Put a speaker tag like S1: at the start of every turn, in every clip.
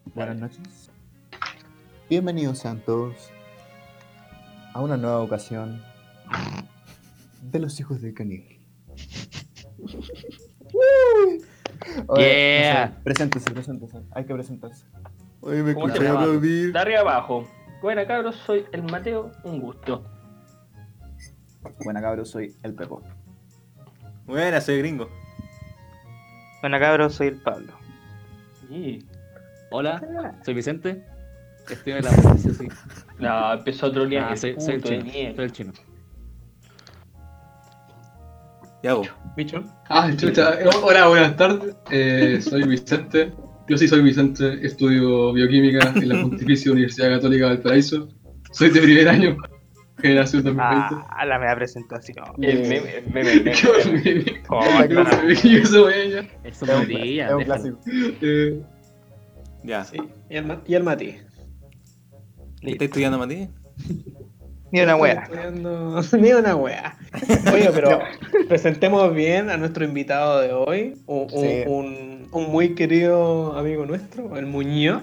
S1: Buenas noches. Bienvenidos sean todos a una nueva ocasión de los hijos del caníbal. Oye,
S2: Yeah.
S1: no sé, preséntese. Hay que presentarse.
S3: Oye, me
S2: ¿Cómo
S3: escuché
S2: te llamas?
S3: aplaudir.
S2: De arriba abajo. Buena cabros, soy el Mateo, un gusto.
S1: Buena cabros, soy el Pepo.
S3: Buena, soy gringo.
S4: Bueno, cabros, soy el Pablo.
S2: Y...
S5: Hola, soy Vicente. Estoy en la provincia, sí.
S2: No, empezó a trolear
S5: Soy
S2: el
S5: el
S2: puto de
S5: chino.
S2: mierda.
S5: Soy el chino.
S3: Ya vos.
S4: ¿Bicho?
S6: Chucha. Hola, buenas tardes. Soy Vicente. Yo sí soy Vicente. Estudio bioquímica en la Pontificia Universidad Católica de Valparaíso. Soy de primer año, generación 2020.
S4: La media presentación.
S2: El meme.
S6: Qué horrible.
S4: Claro.
S6: Yo soy ella.
S5: Eso
S1: Es
S5: me
S1: un,
S5: diría,
S1: es un
S5: déjalo.
S1: clásico.
S6: Eh,
S3: Ya.
S4: Sí, y el Mati.
S3: ¿Qué estás estudiando, Mati?
S4: Ni una wea. Ni una wea. Oye, pero presentemos bien a nuestro invitado de hoy.
S1: Sí.
S4: Un muy querido amigo nuestro, el Muñoz.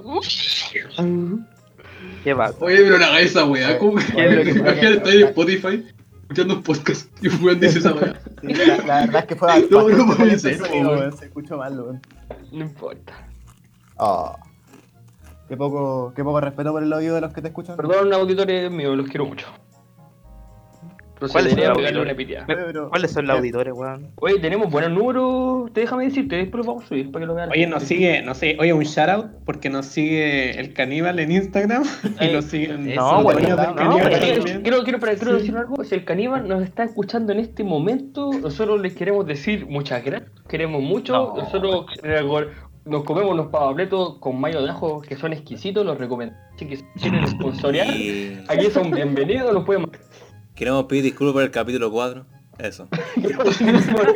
S4: Qué va.
S6: Oye, pero no hagáis esa weá. ¿Cómo
S4: ¿Qué es lo que
S6: que
S4: pasa?
S6: imagínate estar en Spotify escuchando un podcast y un weón dice esa weá?
S1: Sí, la verdad es que fue
S6: No,
S1: bastante
S6: no puede
S1: molesto
S6: ser,
S1: el sonido,
S6: weón.
S1: weón. Se escuchó mal, weón.
S2: No importa.
S1: Oh. Qué poco respeto por el oído de los que te escuchan.
S2: Perdón, auditores míos, los quiero mucho.
S4: ¿Cuáles son
S2: Procederé a
S4: los
S2: pegarle una
S4: auditores?
S2: piteada.
S1: Pero-
S4: ¿Cuáles son los auditores, weón?
S2: Oye, tenemos buenos números. Déjame decirte, después los vamos a subir para que lo vean.
S7: Oye, nos sigue, no sé, oye, un shoutout porque nos sigue el caníbal en Instagram y nos siguen
S2: Eso,
S7: los
S2: bueno,
S7: dueños del
S4: no,
S7: caníbal
S2: Oye,
S7: también.
S2: quiero decir algo. Si el caníbal nos está escuchando en este momento, nosotros les queremos decir muchas gracias. Queremos mucho.
S4: No.
S2: Nosotros nos comemos unos pavabletos con mayo de ajo que son exquisitos. Los recomendamos. Así que si quieren sponsorear,
S3: Y
S2: aquí son bienvenidos. Los pueden
S3: queremos pedir disculpas por el capítulo 4. Eso.
S2: Quiero
S5: Sí,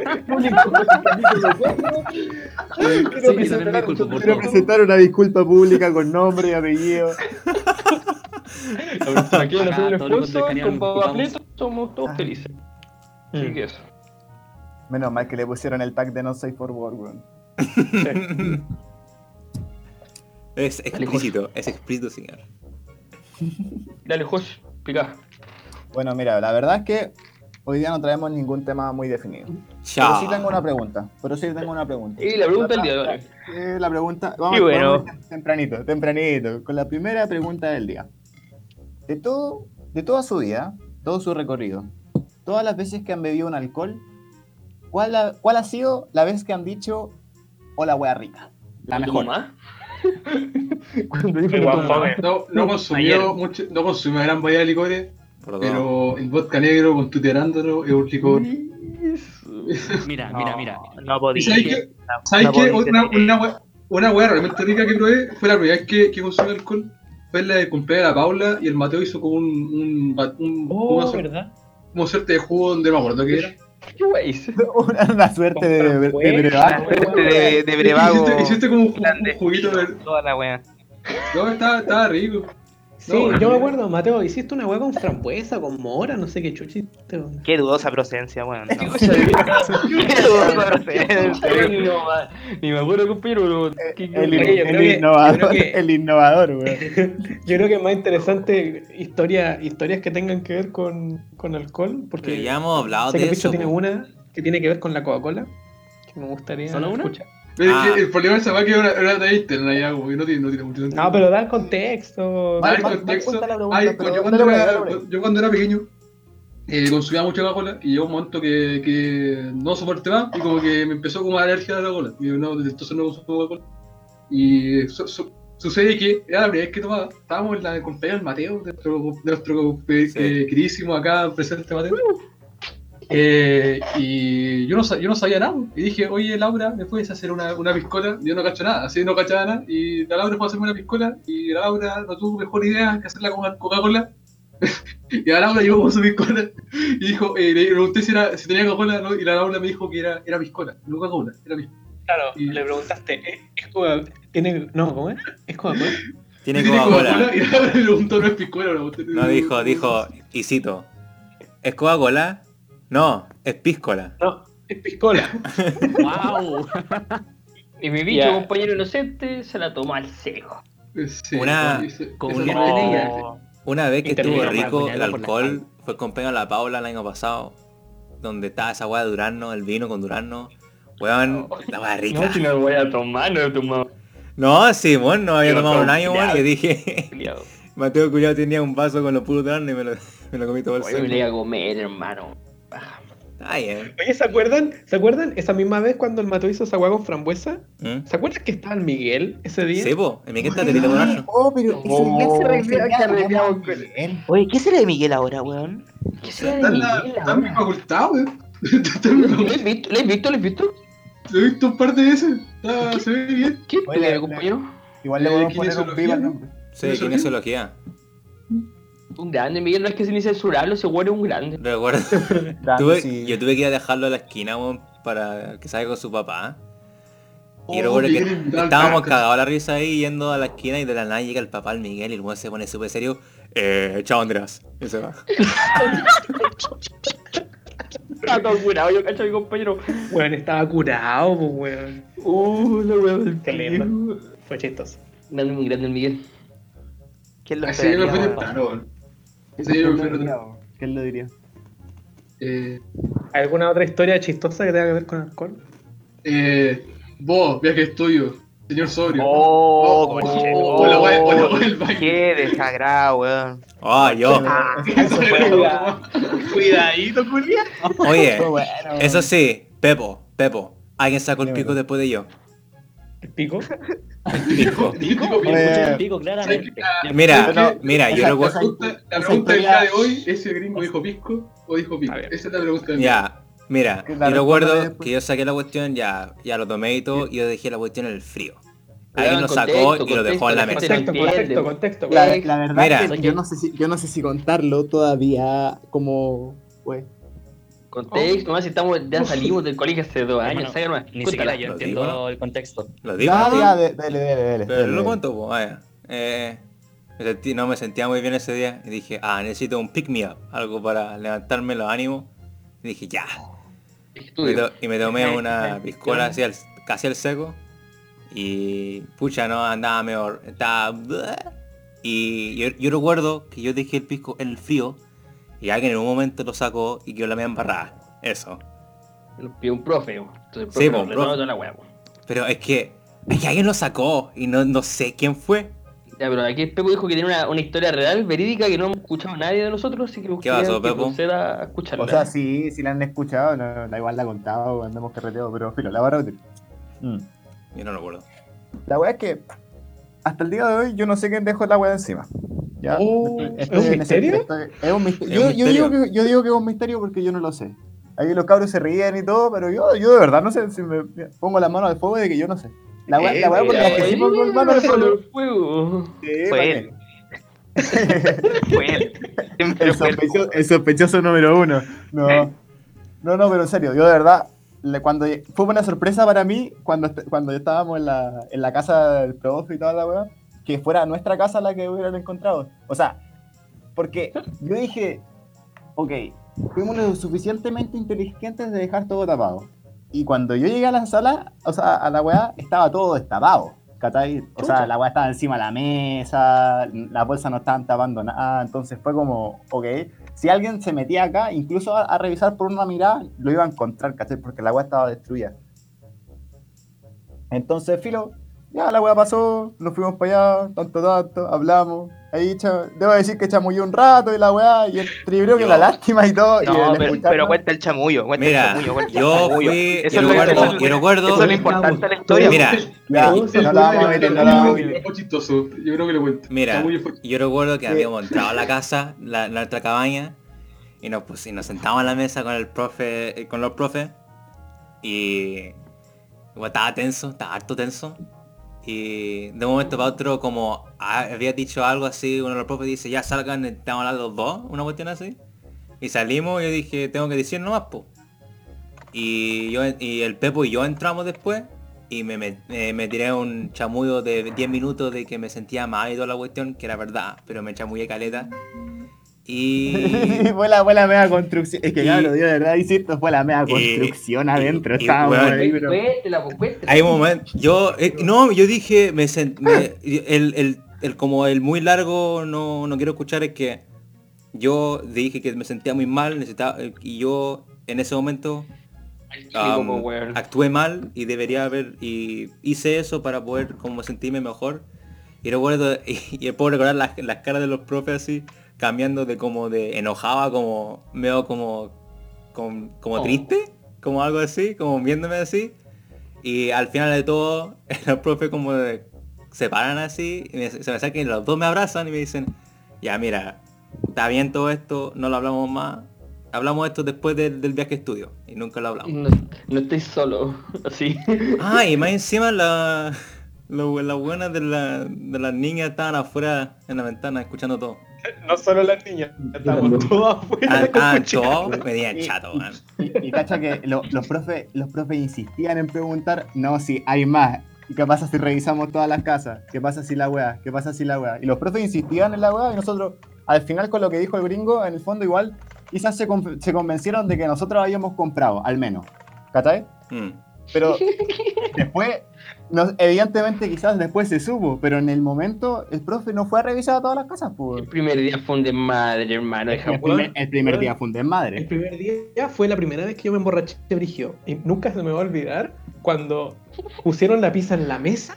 S5: y también me disculpo por
S1: Quiero
S5: todo.
S1: presentar una disculpa pública con nombre y apellido.
S2: Aquí nos hacen un
S5: Acá, todos los
S2: esfuerzo
S5: del
S2: con
S5: caníbal
S2: pavabletos. Somos todos felices. Así
S7: Mm.
S2: que eso.
S1: Menos mal que le pusieron el tag de No Safe for Work, weón.
S3: Es explícito, señor.
S2: Dale, Josh, explica.
S1: Bueno, mira, la verdad es que hoy día no traemos ningún tema muy definido. Pero
S3: Chao.
S1: sí tengo una pregunta.
S2: Y la pregunta del día de hoy.
S1: La pregunta, vamos,
S4: Y bueno.
S1: vamos tempranito, con la primera pregunta del día. De toda su vida, todo su recorrido, todas las veces que han bebido un alcohol, ¿cuál ha sido la vez que han dicho, hola wea rica? La
S2: ¿Tu
S1: mejor.
S2: mamá? Cuando dijo
S4: El
S2: tu
S4: guapo,
S2: mamá.
S6: No consumió mucho, no consumió gran variedad de licores,
S3: Perdón.
S6: pero el vodka negro con tuterándolo es un licor.
S5: Mira.
S4: No podía.
S6: ¿Sabes qué? ¿Sabes
S4: No
S6: qué?
S4: podía.
S6: Una weá realmente rica que probé fue la primera vez que consumí alcohol. Fue la de cumpleaños de la Paula y el Mateo hizo como
S7: Oh,
S6: una,
S7: ¿verdad?
S6: como suerte de jugo donde no me acuerdo qué era.
S2: ¿Qué wey hice?
S1: Una suerte de brebaje.
S4: De brevago.
S6: Hiciste como un
S4: grande.
S6: juguito de...
S4: Toda la wea.
S6: No, estaba rico.
S7: Sí,
S6: No,
S7: yo me acuerdo, Mateo, hiciste una hueá con frambuesa, con mora, no sé qué chuchiste. weón.
S4: Qué dudosa procedencia, weón. No.
S2: O sea,
S4: Qué dudosa procedencia.
S2: Ni me acuerdo, compañero, pero...
S7: Oye, yo creo que-
S1: El innovador, weón.
S7: Yo creo que es más interesante historias que tengan que ver con alcohol,
S3: Pero
S7: porque
S3: ya hemos hablado
S7: sé que
S3: de
S7: el bicho
S3: eso.
S7: tiene
S3: po.
S7: una que tiene que ver con la Coca-Cola, que me gustaría
S5: ¿Solo una?
S7: escuchar.
S6: Pero
S3: Ah.
S6: es que el problema de esa weá que era de interna ya, como que no tiene mucho sentido.
S7: No, pero da el contexto.
S6: Ah, el
S1: Mal
S6: contexto.
S1: cuenta la pregunta,
S6: Ay,
S1: pero
S6: yo, cuando era pequeño consumía mucha Coca-Cola y llegó un momento que no soporté más y como que me empezó como a dar alergia a la Coca-Cola. Y no, desde entonces no consumo Coca-Cola. Y sucede que era la primera vez que tomaba. Estábamos en la compañía del Mateo, de nuestro queridísimo acá presente Mateo. Y yo no sabía nada. Y dije, oye Laura, ¿me puedes hacer una piscola? Yo no cacho nada, así no cachaba nada. Y la Laura fue a hacerme una piscola. Y la Laura no tuvo mejor idea que hacerla con Coca-Cola. Y la Laura llegó con su piscola. Y dijo, le pregunté si tenía Coca-Cola, ¿no? Y la Laura me dijo que era piscola, no Coca-Cola, era piscola.
S7: Claro,
S6: Y-
S7: le preguntaste, ¿es Coca-Cola? No, ¿cómo es? ¿Es Coca-Cola?
S3: Tiene
S6: ¿Tiene
S3: Coca-Cola.
S6: Y la Laura me preguntó, no es piscola, no.
S3: No, dijo, y cito, ¿es Coca-Cola? No, es píscola.
S7: No, es piscola.
S5: ¡Wow!
S2: Y mi bicho
S4: Ya.
S2: compañero inocente se la tomó al seco.
S6: Sí,
S3: Una-
S5: convierte en ella.
S3: Una vez que
S4: Y
S3: estuvo
S4: terminó
S3: rico el
S5: apuñalado por la
S3: alcohol, fue con Pega la Paula el año pasado, donde estaba esa weá de durazno, el vino con durazno. Weón, la weá rica.
S2: No, si no voy a tomar, no he tomado.
S3: No, sí, bueno, no había
S2: Digo,
S3: tomado un
S2: todo
S3: año, weón, y
S2: culiao.
S3: dije,
S2: Culiao.
S3: Mateo Culiao tenía un vaso con los puros duraznos y me lo comí todo el
S2: Oye, me
S3: seco.
S2: lo iba a comer, hermano.
S3: Está bien.
S4: Oye, ¿se acuerdan? ¿Se acuerdan esa misma vez cuando el Mato hizo esa hueá con frambuesa?
S3: ¿Mm?
S4: ¿Se acuerdan que estaba el Miguel ese día?
S3: Sí, po, en mi está te borracho.
S1: Oh, pero ese día
S2: Oh,
S1: carreteamos
S2: con-
S1: bien.
S8: Oye, ¿qué será de Miguel ahora, weón?
S2: ¿Qué será
S6: Está
S2: de
S6: en
S2: Miguel
S6: está en mi
S2: ahora?
S6: facultad, weón. Está en mi
S2: ¿Lo
S6: facultad.
S2: has visto? ¿Lo has visto? ¿Lo has visto?
S6: Lo he visto un par de veces. Se ve bien.
S2: ¿Qué
S1: Oye,
S2: estudia, compañero?
S1: Igual le podemos
S6: ¿quién
S1: poner
S6: es
S1: un
S6: zoología,
S1: pip al
S6: no?
S1: nombre.
S3: Sí,
S6: ¿Eso qué?
S3: kinesiología.
S2: Un grande, Miguel, no es que sin censurarlo, ese weón es un grande.
S3: Recuerdo.
S1: Grande, sí.
S3: Yo tuve que ir a dejarlo a la esquina, weón, para que salga con su papá. Y
S6: Oh,
S3: recuerdo que
S6: Miguel invitado al
S3: estábamos
S6: podcast.
S3: cagados a la risa ahí yendo a la esquina y de la nada llega el papá al Miguel y el weón se pone súper serio. Chao Andrés. Y se va.
S2: Está todo curado, yo cacho a mi compañero.
S4: Weón, estaba curado, pues, weón.
S2: La weón del
S4: Qué lindo.
S2: tío.
S4: Fue chistoso.
S2: Grande, muy grande el Miguel.
S8: ¿Quién lo
S6: Ese día me fui
S8: esperaría, weón?
S6: temprano, weón. Ese día me fui temprano.
S1: ¿Quién lo diría?
S4: ¿Alguna otra historia chistosa que tenga que ver con alcohol?
S6: Vos, viaje estudio, señor sobrio.
S8: Oh,
S6: Oh,
S8: conche-
S6: oh, la wea- oh, la wea del baile.
S8: Qué desagrado, weón.
S3: Oh, yo.
S1: Eso fue,
S4: Cuidadito, Julián.
S3: Oye,
S1: fue bueno.
S3: eso sí, Pepo. Alguien sacó el
S1: Dímelo.
S3: pico después de yo.
S4: ¿El pico?
S3: Pico.
S1: Oye,
S5: El pico, claramente.
S3: Mira, yo recuerdo.
S6: La pregunta del día de hoy es si el gringo dijo pisco o dijo pico.
S4: A ver.
S6: Esa es la pregunta del día.
S3: Ya, mira,
S1: Que la
S3: yo
S1: responda
S3: recuerdo
S1: después.
S3: que yo saqué la cuestión, ya lo tomé y todo, y yo dejé la cuestión en el frío.
S2: Pero
S3: Alguien lo sacó
S2: contexto,
S3: y lo dejó en la
S2: contexto,
S3: mesa.
S2: gente no
S4: Contexto,
S2: entiende.
S4: contexto.
S1: la verdad
S3: Mira.
S1: es que yo no sé si contarlo todavía como fue.
S2: Contexto, más si estamos, ya salimos del colegio hace 2 años,
S5: Hermano,
S2: saca nomás.
S5: Ni
S2: Cuéntala.
S5: siquiera yo
S3: Lo
S5: entiendo
S3: digo, ¿no?
S5: el contexto.
S3: Lo digo,
S1: Ya,
S3: ¿no?
S1: ya, dale.
S3: Pero no lo cuento, pues, vaya. No me sentía muy bien ese día y dije, necesito un pick me up, algo para levantarme los ánimos. Y dije, ya.
S2: Estudio.
S3: Y me tomé una piscola así casi al seco. Y pucha, no, andaba mejor. Estaba... Y yo recuerdo que yo dejé el pisco en el frío y alguien en un momento lo sacó y quedó la media embarrada. Eso.
S2: Lo pidió un profe, weón. Entonces el
S3: Sí,
S2: profe
S3: po,
S2: nos ordenó
S3: profe.
S2: toda la weá, weón.
S3: Pero es que alguien lo sacó y no sé quién fue.
S2: Ya, pero aquí el Pepo dijo que tiene una historia real, verídica, que no hemos escuchado nadie de nosotros, así que
S3: ¿Qué pasó,
S2: que
S3: Pepo?
S2: proceda a escucharla.
S1: O sea, sí la han escuchado, no, la igual la ha contado, andamos carreteados, pero filo, la voy a repetir.
S3: Yo no recuerdo.
S1: La weá es que hasta el día de hoy yo no sé quién dejó la weá encima. ¿Ya?
S4: Oh,
S1: Estoy
S4: ¿es un
S1: en ese-
S4: misterio?
S1: es un misterio.
S3: ¿Es un
S1: Yo
S3: misterio?
S1: digo que es un misterio porque yo no lo sé. Ahí los cabros se ríen y todo, pero yo de verdad no sé si me pongo las manos al fuego de que yo no sé. La weá por la que sí pongo las manos al fuego.
S2: el fuego.
S1: Sí,
S8: Fue
S1: ¿para
S8: él.
S1: qué?
S8: Fue él. Siempre fue él.
S1: El sospechoso número uno. No, pero en serio, yo de verdad, fue una sorpresa para mí cuando estábamos en la casa del profe y toda la weá, que fuera nuestra casa la que hubieran encontrado. O sea, porque yo dije, ok, fuimos lo suficientemente inteligentes de dejar todo tapado. Y cuando yo llegué a la sala, o sea, a la weá, estaba todo destapado. ¿Cachai? O sea, la weá estaba encima de la mesa, las bolsas no estaban tapando nada, entonces fue como, ok, si alguien se metía acá, incluso a revisar por una mirada, lo iba a encontrar, ¿cachai? Porque la weá estaba destruida. Entonces, filo, ya la weá pasó, nos fuimos para allá, tanto, hablamos. Ahí debo decir que chamullé un rato y la weá, y creo que la lástima y todo.
S8: No,
S1: y
S8: pero cuenta el chamullo, cuenta el
S3: Mira,
S8: chamullo, cuenta el
S3: yo
S8: chamullo.
S3: fui,
S8: Eso
S3: yo
S8: es lo que-
S3: recuerdo,
S8: eso es lo importante de la historia.
S3: Mira,
S1: Ya, no la vamos a meter, no la vamos a meter.
S6: Fue chistoso, yo creo que lo cuento.
S3: Mira,
S6: Chamullo fue-
S3: yo recuerdo que
S1: Sí.
S3: habíamos entrado a la casa, nuestra cabaña, y nos sentamos a la mesa con el profe, con los profes, y igual estaba tenso, estaba harto tenso. Y de un momento para otro, como había dicho algo así, uno de los profes dice, ya salgan, estamos hablando los dos, una cuestión así. Y salimos y yo dije, tengo que decir nomás, po. Y el Pepo y yo entramos después y me tiré un chamullo de 10 minutos de que me sentía mal y toda la cuestión, que era verdad, pero me chamullé caleta. Y...
S1: fue la mega construcción. Es que
S3: Y-
S1: cabrón, yo de verdad insisto, fue la mega
S3: y-
S1: construcción adentro.
S3: y,
S1: Estábamos
S3: weón,
S1: ahí, pero.
S2: Cuéntela.
S3: Hay un momento, yo dije, el como el muy largo no quiero escuchar, es que yo dije que me sentía muy mal, necesitaba, y yo en ese momento actué mal y debería haber, y hice eso para poder como sentirme mejor. Y recuerdo, y puedo recordar las caras de los profes así, cambiando de como de enojado a como medio como triste, como algo así, como viéndome así. Y al final de todo, los profes como se paran así, y se me sacan, los dos me abrazan y me dicen, ya mira, está bien todo esto, no lo hablamos más, hablamos esto después del viaje a estudio, y nunca lo hablamos.
S2: No estoy solo, así.
S3: Ah, y más encima las buenas de las niñas estaban afuera en la ventana escuchando todo.
S4: No solo las niñas, estábamos todos afuera.
S3: Todos venían chato, man.
S1: Y cacha que los profes insistían en preguntar, no, si hay más. ¿Y qué pasa si revisamos todas las casas? ¿Qué pasa si la weá? ¿Qué pasa si la weá? Y los profes insistían en la weá y nosotros, al final con lo que dijo el gringo, en el fondo igual, quizás se convencieron de que nosotros habíamos comprado, al menos. ¿Cachai? Pero después, evidentemente quizás después se supo, pero en el momento el profe no fue a revisar todas las casas. Pues.
S2: El primer día fue un desmadre, hermano.
S1: El primer día fue un desmadre.
S4: El primer día fue la primera vez que yo me emborraché brigio. Y nunca se me va a olvidar cuando pusieron la pizza en la mesa.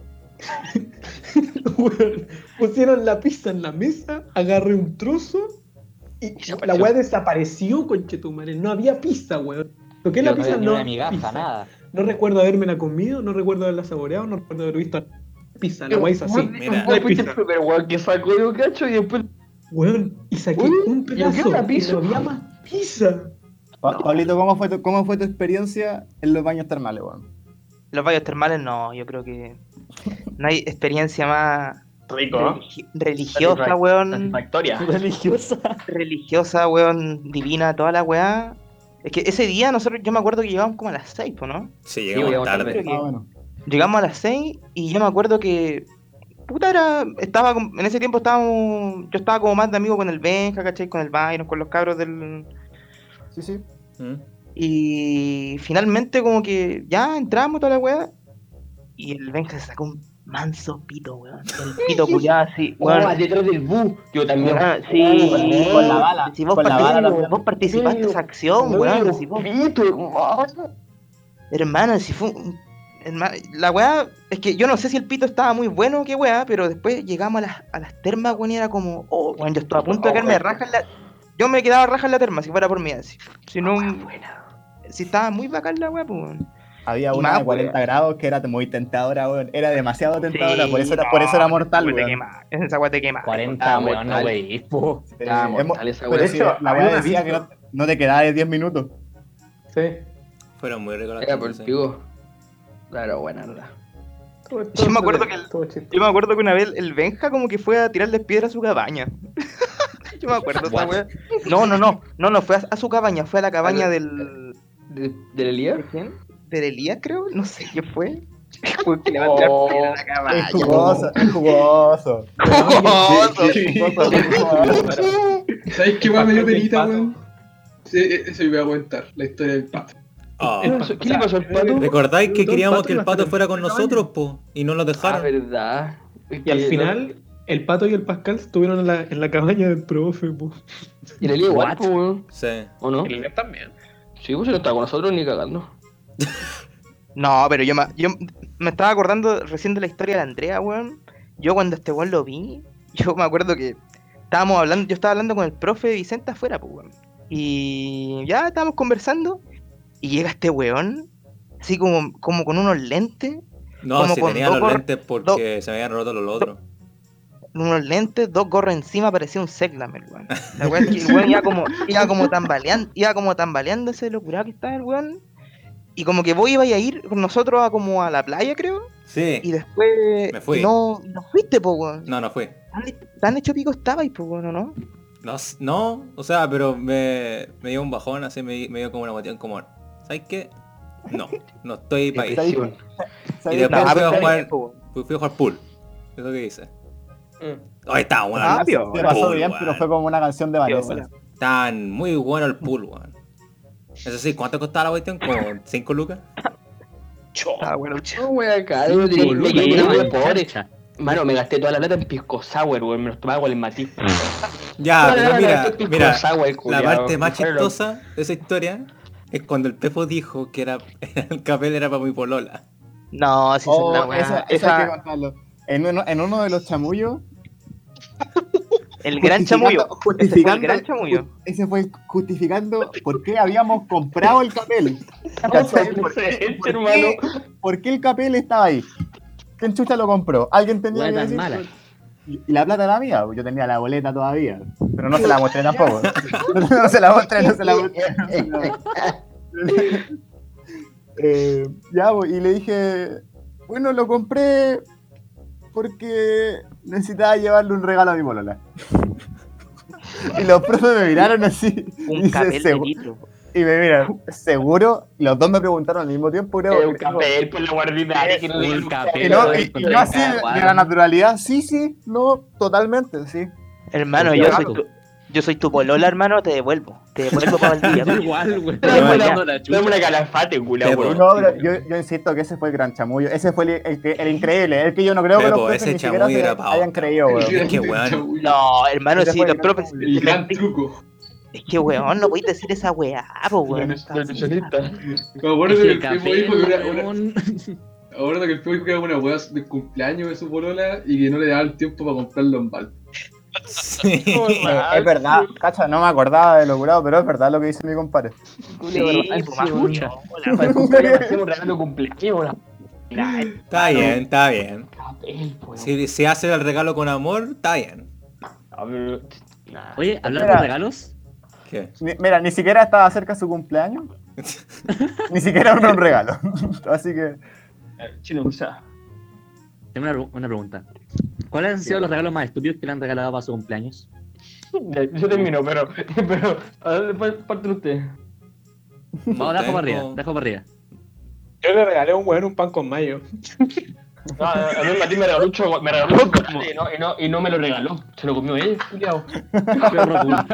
S4: Pusieron la pizza en la mesa, agarré un trozo y la weá desapareció, conchetumare. No había pizza, weón. Toqué la pizza, no.
S5: Migaja, nada.
S4: No recuerdo haberme comido, no recuerdo haberla saboreado, no recuerdo haber visto pizza. La weá es así.
S3: Mira.
S4: No hay pizza.
S2: El primer weón que sacó de un cacho y después...
S4: Weón, y saqué un pedazo y no había más pizza.
S1: Pablito, ¿cómo fue tu experiencia en los baños termales, weón?
S8: Los baños termales no, yo creo que no hay experiencia más
S2: Rico,
S8: religiosa, weón.
S2: Satisfactoria.
S8: Religiosa, weón, divina, toda la weá. Es que ese día yo me acuerdo que llegamos como a las 6, ¿no?
S3: Sí, llegamos tarde.
S8: Creo que
S1: bueno.
S8: llegamos a las 6 y yo me acuerdo que en ese tiempo yo estaba como más de amigo con el Benja, ¿cachai? Con el Byron, con los cabros del...
S1: Sí.
S8: Y finalmente como que ya entramos toda la weá y el Benja se sacó un manso pito, weón. El pito culiado así, weón.
S2: Detrás del bu. Yo también.
S8: Sí,
S1: Con la bala.
S8: Si vos,
S1: Con la bala
S8: vos participaste en esa acción, weón. Si vos... Hermano, si fue... La weá, es que yo no sé si el pito estaba muy bueno o qué weá, pero después llegamos a las termas, weón, y era como, weón, yo estoy a punto de quedarme raja en la... Yo me quedaba raja en la terma, si fuera por mí, así. Si no... Si estaba muy bacán la weá, pues, weón.
S1: Había
S8: Y
S1: una
S8: más,
S1: de 40 grados que era muy tentadora, weón. Era demasiado tentadora,
S8: Sí,
S1: por eso era mortal,
S8: weón.
S1: weón.
S8: Esa weá te quema.
S5: 40, weón, no wey.
S2: Estaba mortal esa
S1: Pero
S2: weá.
S1: sí, la weá decía que no te quedaba de 10 minutos.
S4: Sí.
S3: Fueron muy ricos las
S2: Era por el
S3: cosas.
S2: pico. Claro, buena nada.
S8: Yo me acuerdo que una vez el Benja como que fue a tirarle piedra a su cabaña. Yo me acuerdo esa weá. No, fue a su cabaña, fue a la cabaña del
S2: ¿Del Elías?
S8: ¿de quién? ¿Del Elías, creo? No sé qué fue. Fue que le va a tirar piedra a la cabaña.
S1: Es jugoso.
S6: ¿Sabes qué más me dio penita, weón? Eso iba a contar, la historia del pato.
S3: Ah.
S2: ¿Qué le pasó al pato?
S3: ¿Recordáis que
S4: Todo
S3: queríamos
S4: pato
S3: que el
S4: iba a
S3: pato
S4: estar
S3: fuera
S4: en
S3: con
S4: la
S3: nosotros, po? Y no nos
S2: Ah,
S3: dejaron.
S2: verdad.
S4: Y al final, el Pato y el Pascal estuvieron en la cabaña del profe, po.
S2: Y el Elías igual, pues, weón.
S3: Sí.
S2: ¿O no?
S4: El Leo también.
S2: Sí, pues no estaba con nosotros ni cagando.
S8: No, pero yo me estaba acordando recién de la historia de la Andrea, weón. Yo cuando este weón lo vi, yo me acuerdo que yo estaba hablando con el profe Vicente afuera, pues, weón. Y ya estábamos conversando y llega este weón, así como con unos lentes,
S3: No,
S8: como
S3: si
S8: con
S3: tenía
S8: dos
S3: los lentes porque se me habían roto los otros.
S8: dos gorros encima, parecía un Seglamer, weón. La weá es que el weón iba como tambaleándose de lo curado que estaba el weón. Y como que vos ibas a ir con nosotros a la playa, creo. Y
S3: Sí.
S8: después
S3: Me fui.
S8: no fuiste, po, weón.
S3: No fui.
S8: Tan hecho pico estabais, po, weón, ¿o no?
S3: No, o sea, pero me dio un bajón, así me dio como una cuestión como, ¿sabes qué? No estoy para ir.
S1: ¿Sabes?
S3: Y después
S8: No,
S3: fui a
S8: pero
S3: jugar,
S8: po, weón.
S3: fui a jugar pool. Eso que hice. Oh, estaba bueno.
S8: Ah,
S3: el
S8: piola.
S1: Se pasó
S3: pool,
S1: bien,
S3: weón.
S1: pero fue como una canción de Vanessa.
S8: Piola.
S3: Estaban muy bueno el pool, weón. Eso sí, ¿cuánto costaba la cuestión? ¿Como 5 lucas?
S8: Ah, bueno,
S2: No, weón, cabrón.
S5: Sí,
S2: Me quedé
S5: una
S2: muy pobre.
S5: manchacha.
S2: Mano, me gasté toda la plata en pisco sour, weón. Me los tomaba con el matí.
S3: Ya,
S2: No,
S3: pero
S2: no, no,
S3: mira,
S2: esto es pisco
S3: mira,
S2: sour,
S3: la
S2: culiao.
S3: parte más
S2: Pero-
S3: chistosa de esa historia es cuando el Pepo dijo que era el capel era para mi polola.
S8: No, si es
S1: Oh,
S8: una
S1: eso
S8: weá.
S1: hay que
S8: Esa,
S1: contarlo. En uno de los chamullos,
S8: el gran chamullo. Ese fue el
S1: justificando,
S8: gran chamullo.
S1: ese fue justificando por qué habíamos comprado el capel. ¿Cachai? ¿Por qué el capel estaba ahí? ¿Quién chucha lo compró? ¿Alguien tenía
S5: Weá
S1: que
S5: tan
S1: decir?
S5: mala.
S1: Y la plata era mía, yo tenía la boleta todavía. Pero no se la mostré tampoco. No se la mostré. Ya, pues, y le dije, bueno, lo compré porque necesitaba llevarle un regalo a mi polola. Y los profes me miraron así.
S8: Un capel de litro.
S1: Y me miran, ¿seguro? Y los dos me preguntaron al mismo tiempo, creo.
S2: Un capel por la guardita. Que no diga
S5: Un
S2: nunca.
S5: capel.
S1: Y yo así, de la naturalidad, sí, no, totalmente, sí.
S8: Hermano,
S1: Claro.
S8: yo soy tu polola, hermano, te devuelvo. Te devuelvo para el día.
S5: Igual, güey.
S2: Dame una calafate, culiao,
S3: Pepo.
S2: weón.
S1: No, pero yo insisto que ese fue el gran chamullo. Ese fue el increíble. El que yo no creo que
S3: Pepo,
S1: los profes
S3: ese
S1: ni siquiera
S3: chamullo
S1: se
S3: era pa'
S1: hayan
S3: Oscar.
S1: creído, weón.
S3: Es que, weón.
S8: No, hermano,
S1: Ese
S8: si
S1: fue el
S8: los
S1: gran
S8: profes.
S1: chamullo.
S6: El gran truco.
S8: Es que, weón, no podéis decir esa weá, po, weón.
S2: Del nutricionista.
S6: Me acuerdo que el
S5: Café,
S6: tipo dijo que
S5: weón.
S6: me acuerdo que el tipo dijo que era una weá de cumpleaños de su polola y que no le daba el tiempo para comprarlo en Val.
S3: Sí.
S1: Es verdad, cacha, no me acordaba de lo curado, pero es verdad lo que dice mi compadre.
S8: Sí, pues más mucho.
S2: Para el cumpleaños hacemos regalo de cumpleaños, weón.
S3: Está bien, está bien.
S2: Papel, weón.
S3: Si se hace el regalo con amor, está bien.
S2: A ver,
S5: Oye, hablando
S1: Espera.
S5: de regalos,
S3: ¿Qué?
S1: Mira, ni siquiera estaba cerca su cumpleaños. Ni siquiera era un regalo. Así que,
S2: chino, o sea.
S5: tengo una pregunta. ¿Cuáles han sido los regalos más estúpidos que le han regalado para su cumpleaños?
S2: Yo termino, pero a ver, después parte usted.
S5: Vamos, dejo para
S3: Tengo-
S5: arriba, dejo para arriba.
S4: Yo le regalé a un weón un pan con mayo.
S2: No, a mí Martín me regaló un chocolate y no me lo regaló. Se lo comió él, culiao.
S5: Perro culiao.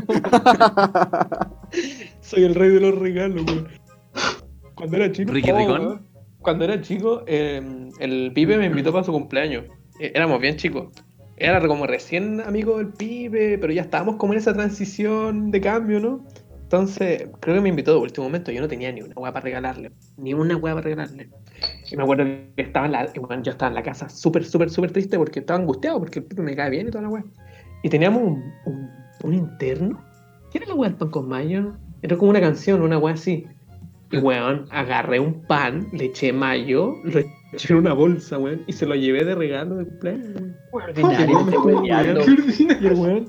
S4: Soy el rey de los regalos, weón. Cuando era chico.
S5: Ricky Ricón.
S4: weón. Cuando era chico, el Pipe me invitó para su cumpleaños. Éramos bien chicos. Era como recién amigo del Pipe, pero ya estábamos como en esa transición de cambio, ¿no? Entonces, creo que me invitó de último momento. Yo no tenía ni una hueá para regalarle. Ni una hueá para regalarle. Y me acuerdo que estaba bueno, yo estaba en la casa súper triste porque estaba angustiado, porque el Pipe me cae bien y toda la hueá. Y teníamos un interno. ¿Qué era la hueá del pan con mayo? Era como una canción, una hueá así. Y weón, agarré un pan, le eché mayo, lo eché en una bolsa, weón, y se lo llevé de regalo de cumpleaños, weón.
S2: Ordinario, te hueveando.
S4: Y el weón.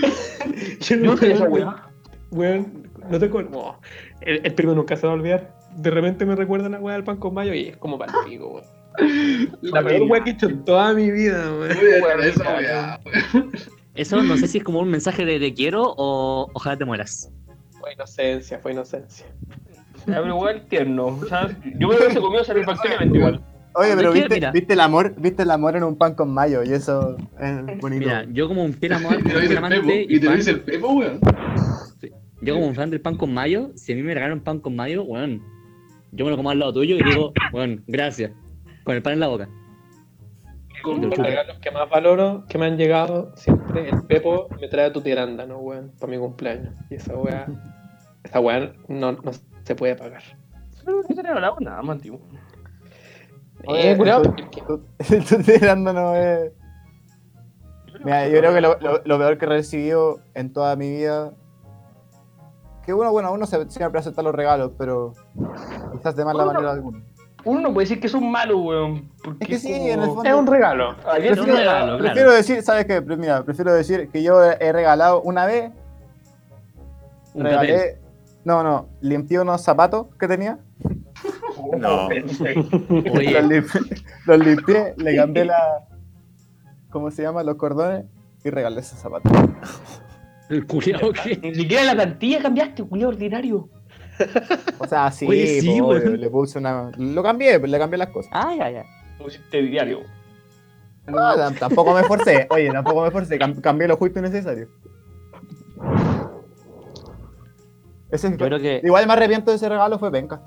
S2: Yo sé esa weá.
S4: Weón, no te acuerdas. Oh, el Pipe nunca se va a olvidar. De repente me recuerda la weá del pan con mayo y es como para el pico, weón. La peor weá que he hecho en toda mi vida, weón.
S6: Esa weá.
S5: Eso no sé si es como un mensaje de te quiero o ojalá te mueras.
S4: Fue inocencia, fue inocencia.
S2: Pero igual tierno. O sea, yo creo que se comió satisfactoriamente igual.
S1: oye, pero
S5: Es que,
S1: viste,
S5: mira.
S1: viste el amor en un pan con mayo, y eso es bonito.
S5: Mira, yo como un fiel
S6: Y te lo dice el
S5: amante
S6: Pepo. Y te lo
S5: fan,
S6: dice el Pepo, weón.
S5: yo como un fan del pan con mayo, si a mí me regalan pan con mayo, weón, yo me lo como al lado tuyo y digo, weón, gracias, con el pan en la boca.
S4: Con los regalos que más valoro, que me han llegado, siempre el Pepo me trae tu tiranda, ¿no, weón? Para mi cumpleaños. Y esa weá no se puede pagar.
S2: No se le regalaba nada más antiguo.
S4: Cuidado.
S1: Tú tirándonos Mira, yo creo que lo peor que he recibido en toda mi vida. Que uno siempre acepta los regalos, pero quizás de mala manera alguna.
S2: Uno no puede decir que son malos, weón. Porque
S1: Es que sí,
S2: como-
S1: en el fondo.
S4: Es un regalo.
S2: Ayer
S5: un regalo, claro.
S1: Prefiero decir, ¿sabes qué? Mira, prefiero decir que yo he regalado una vez.
S5: Un
S1: Regalé.
S5: papel.
S1: No, limpié unos zapatos que tenía.
S3: No.
S5: Oye,
S1: Los limpié, le cambié ¿cómo se llama? Los cordones y regalé esos zapatos.
S5: el culiao que...
S2: Ni siquiera la plantilla cambiaste, culiao ordinario.
S1: O sea, sí,
S5: Oye, sí,
S1: po,
S5: weón.
S1: le puse una. Lo cambié, le cambié las cosas.
S8: Ah, ya.
S2: Lo pusiste diario.
S1: No, tampoco me esforcé. Oye, tampoco me esforcé. Cambié lo justo y necesario.
S5: Yo creo que.
S1: Igual me arrepiento de ese regalo, fue penca.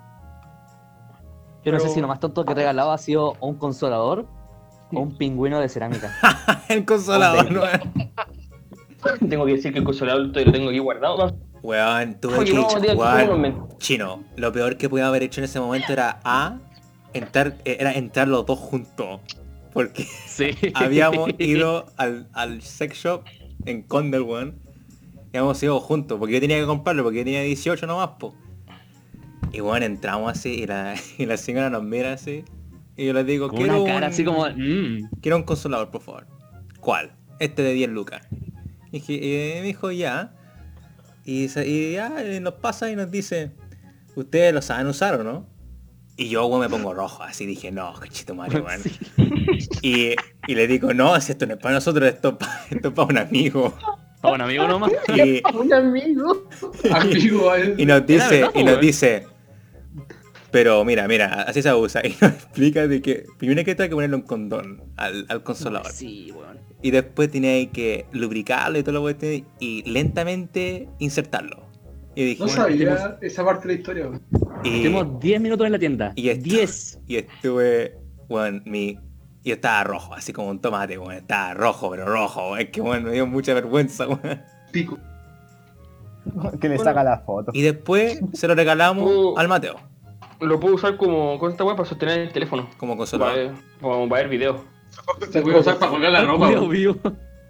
S5: Yo no sé
S2: Pero-
S5: si lo más tonto que he regalado ha sido o un consolador o un pingüino de cerámica.
S3: El consolador, ¿no?
S2: Tengo que decir que el consolador lo tengo aquí guardado.
S3: Weón, tuve
S2: Oye,
S3: que...
S2: no, tío,
S3: weón, chino, lo peor que podía haber hecho en ese momento era entrar los dos juntos. Porque
S5: Sí.
S3: habíamos ido al sex shop en Condor, weón. Y habíamos ido juntos, porque yo tenía que comprarlo, porque yo tenía 18 nomás, po. Y bueno, entramos así y la señora nos mira así. Y yo les digo,
S5: Con una cara así como.
S3: quiero un consolador, por favor. ¿Cuál? Este de 10 lucas. Y me dijo, ya. Y ya nos pasa y nos dice, ¿ustedes lo saben usar o no? Y yo, weón, me pongo rojo, así dije, no, cachito madre, weón. Y le digo, no, si esto no es para nosotros, esto es para un amigo.
S5: Para un amigo nomás.
S3: Y,
S2: Un amigo.
S6: Amigo,
S3: y nos dice,
S5: verdad, weón.
S3: pero mira, así se usa. Y nos explica de que primero que hay que ponerle un condón al consolador.
S5: Sí, weón.
S3: Y después tenía que lubricarlo y todo lo que tiene y lentamente insertarlo. Y dije,
S6: no
S3: bueno,
S6: sabía esa parte de la historia, weón.
S3: y,
S5: Estuvimos 10 minutos en la tienda.
S3: Y esto-
S5: 10.
S3: y estuve, bueno, yo estaba rojo, así como un tomate, bueno, estaba rojo, pero rojo, es que bueno, me dio mucha vergüenza, weón.
S6: Pico.
S1: Que le saca la foto.
S3: Y después se lo regalamos al Mateo,
S2: Lo puedo usar como con esta weá para sostener el teléfono.
S3: como consolador.
S2: Como para ver videos.
S6: Se puede usar para colgar la ropa,
S5: Video
S6: weón.
S5: vivo.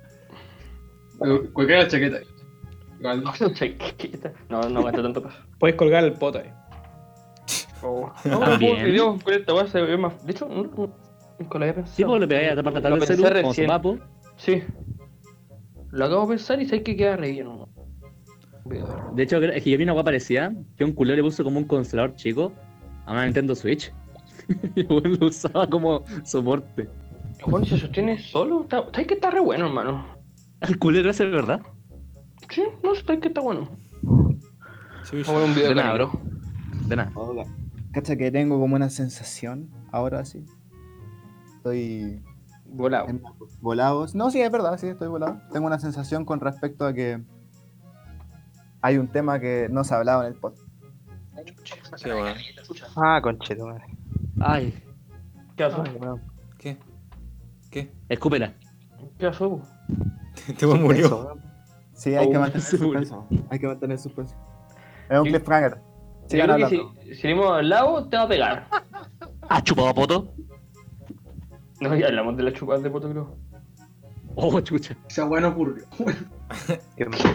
S6: Colgar la chaqueta. Igual.
S2: Chaqueta. No gasta tanto peso.
S4: Puedes colgar el poto ahí.
S2: No,
S5: También.
S2: video con esta weá se ve más. De hecho, nunca lo había pensado.
S5: Sí, pues le pegáis a tapar
S2: Lo
S5: el
S2: pensé
S5: celular como su
S2: recién.
S5: papo.
S2: Sí. Lo acabo de pensar y sé que queda re bien, ¿no? Video.
S5: De hecho, es que yo vi una guapa parecida que un culero le puso como un consolador chico a una Nintendo Switch. Y bueno, lo usaba como soporte.
S2: Juan se sostiene solo. ¿Sabes que está re bueno, hermano?
S5: El culero ese, ¿verdad?
S2: Sí, no sé, ¿sabes que está bueno?
S3: Sí,
S2: Vamos a ver un video
S5: De nada,
S2: canino.
S5: bro. De nada.
S1: Cacha que tengo como una sensación, ahora sí. Estoy
S2: Volado.
S1: volado. No, sí, es verdad, sí, estoy volado. Tengo una sensación con respecto a que hay un tema que no se ha hablado en el podcast.
S3: Sí, weón.
S8: Ah, concheto, madre.
S5: Ay,
S2: ¿Qué pasó?
S3: ¿Qué?
S5: escúpela.
S2: ¿Qué pasó?
S3: Este weón murió.
S8: Eso, weón.
S1: Sí, hay que
S2: Oh,
S1: mantener
S5: se murió.
S1: suspenso. Hay que mantener suspenso. Es un
S2: Yo-
S1: cliffhanger.
S2: Yo
S1: Sigan
S2: creo que
S1: hablando.
S2: si le hemos hablado, te va a pegar.
S5: ¿Has chupado poto?
S2: No, ya hablamos de las chupadas de poto, creo.
S5: Oh, chucha.
S6: Esa weá no ocurrió.
S8: Dios mío.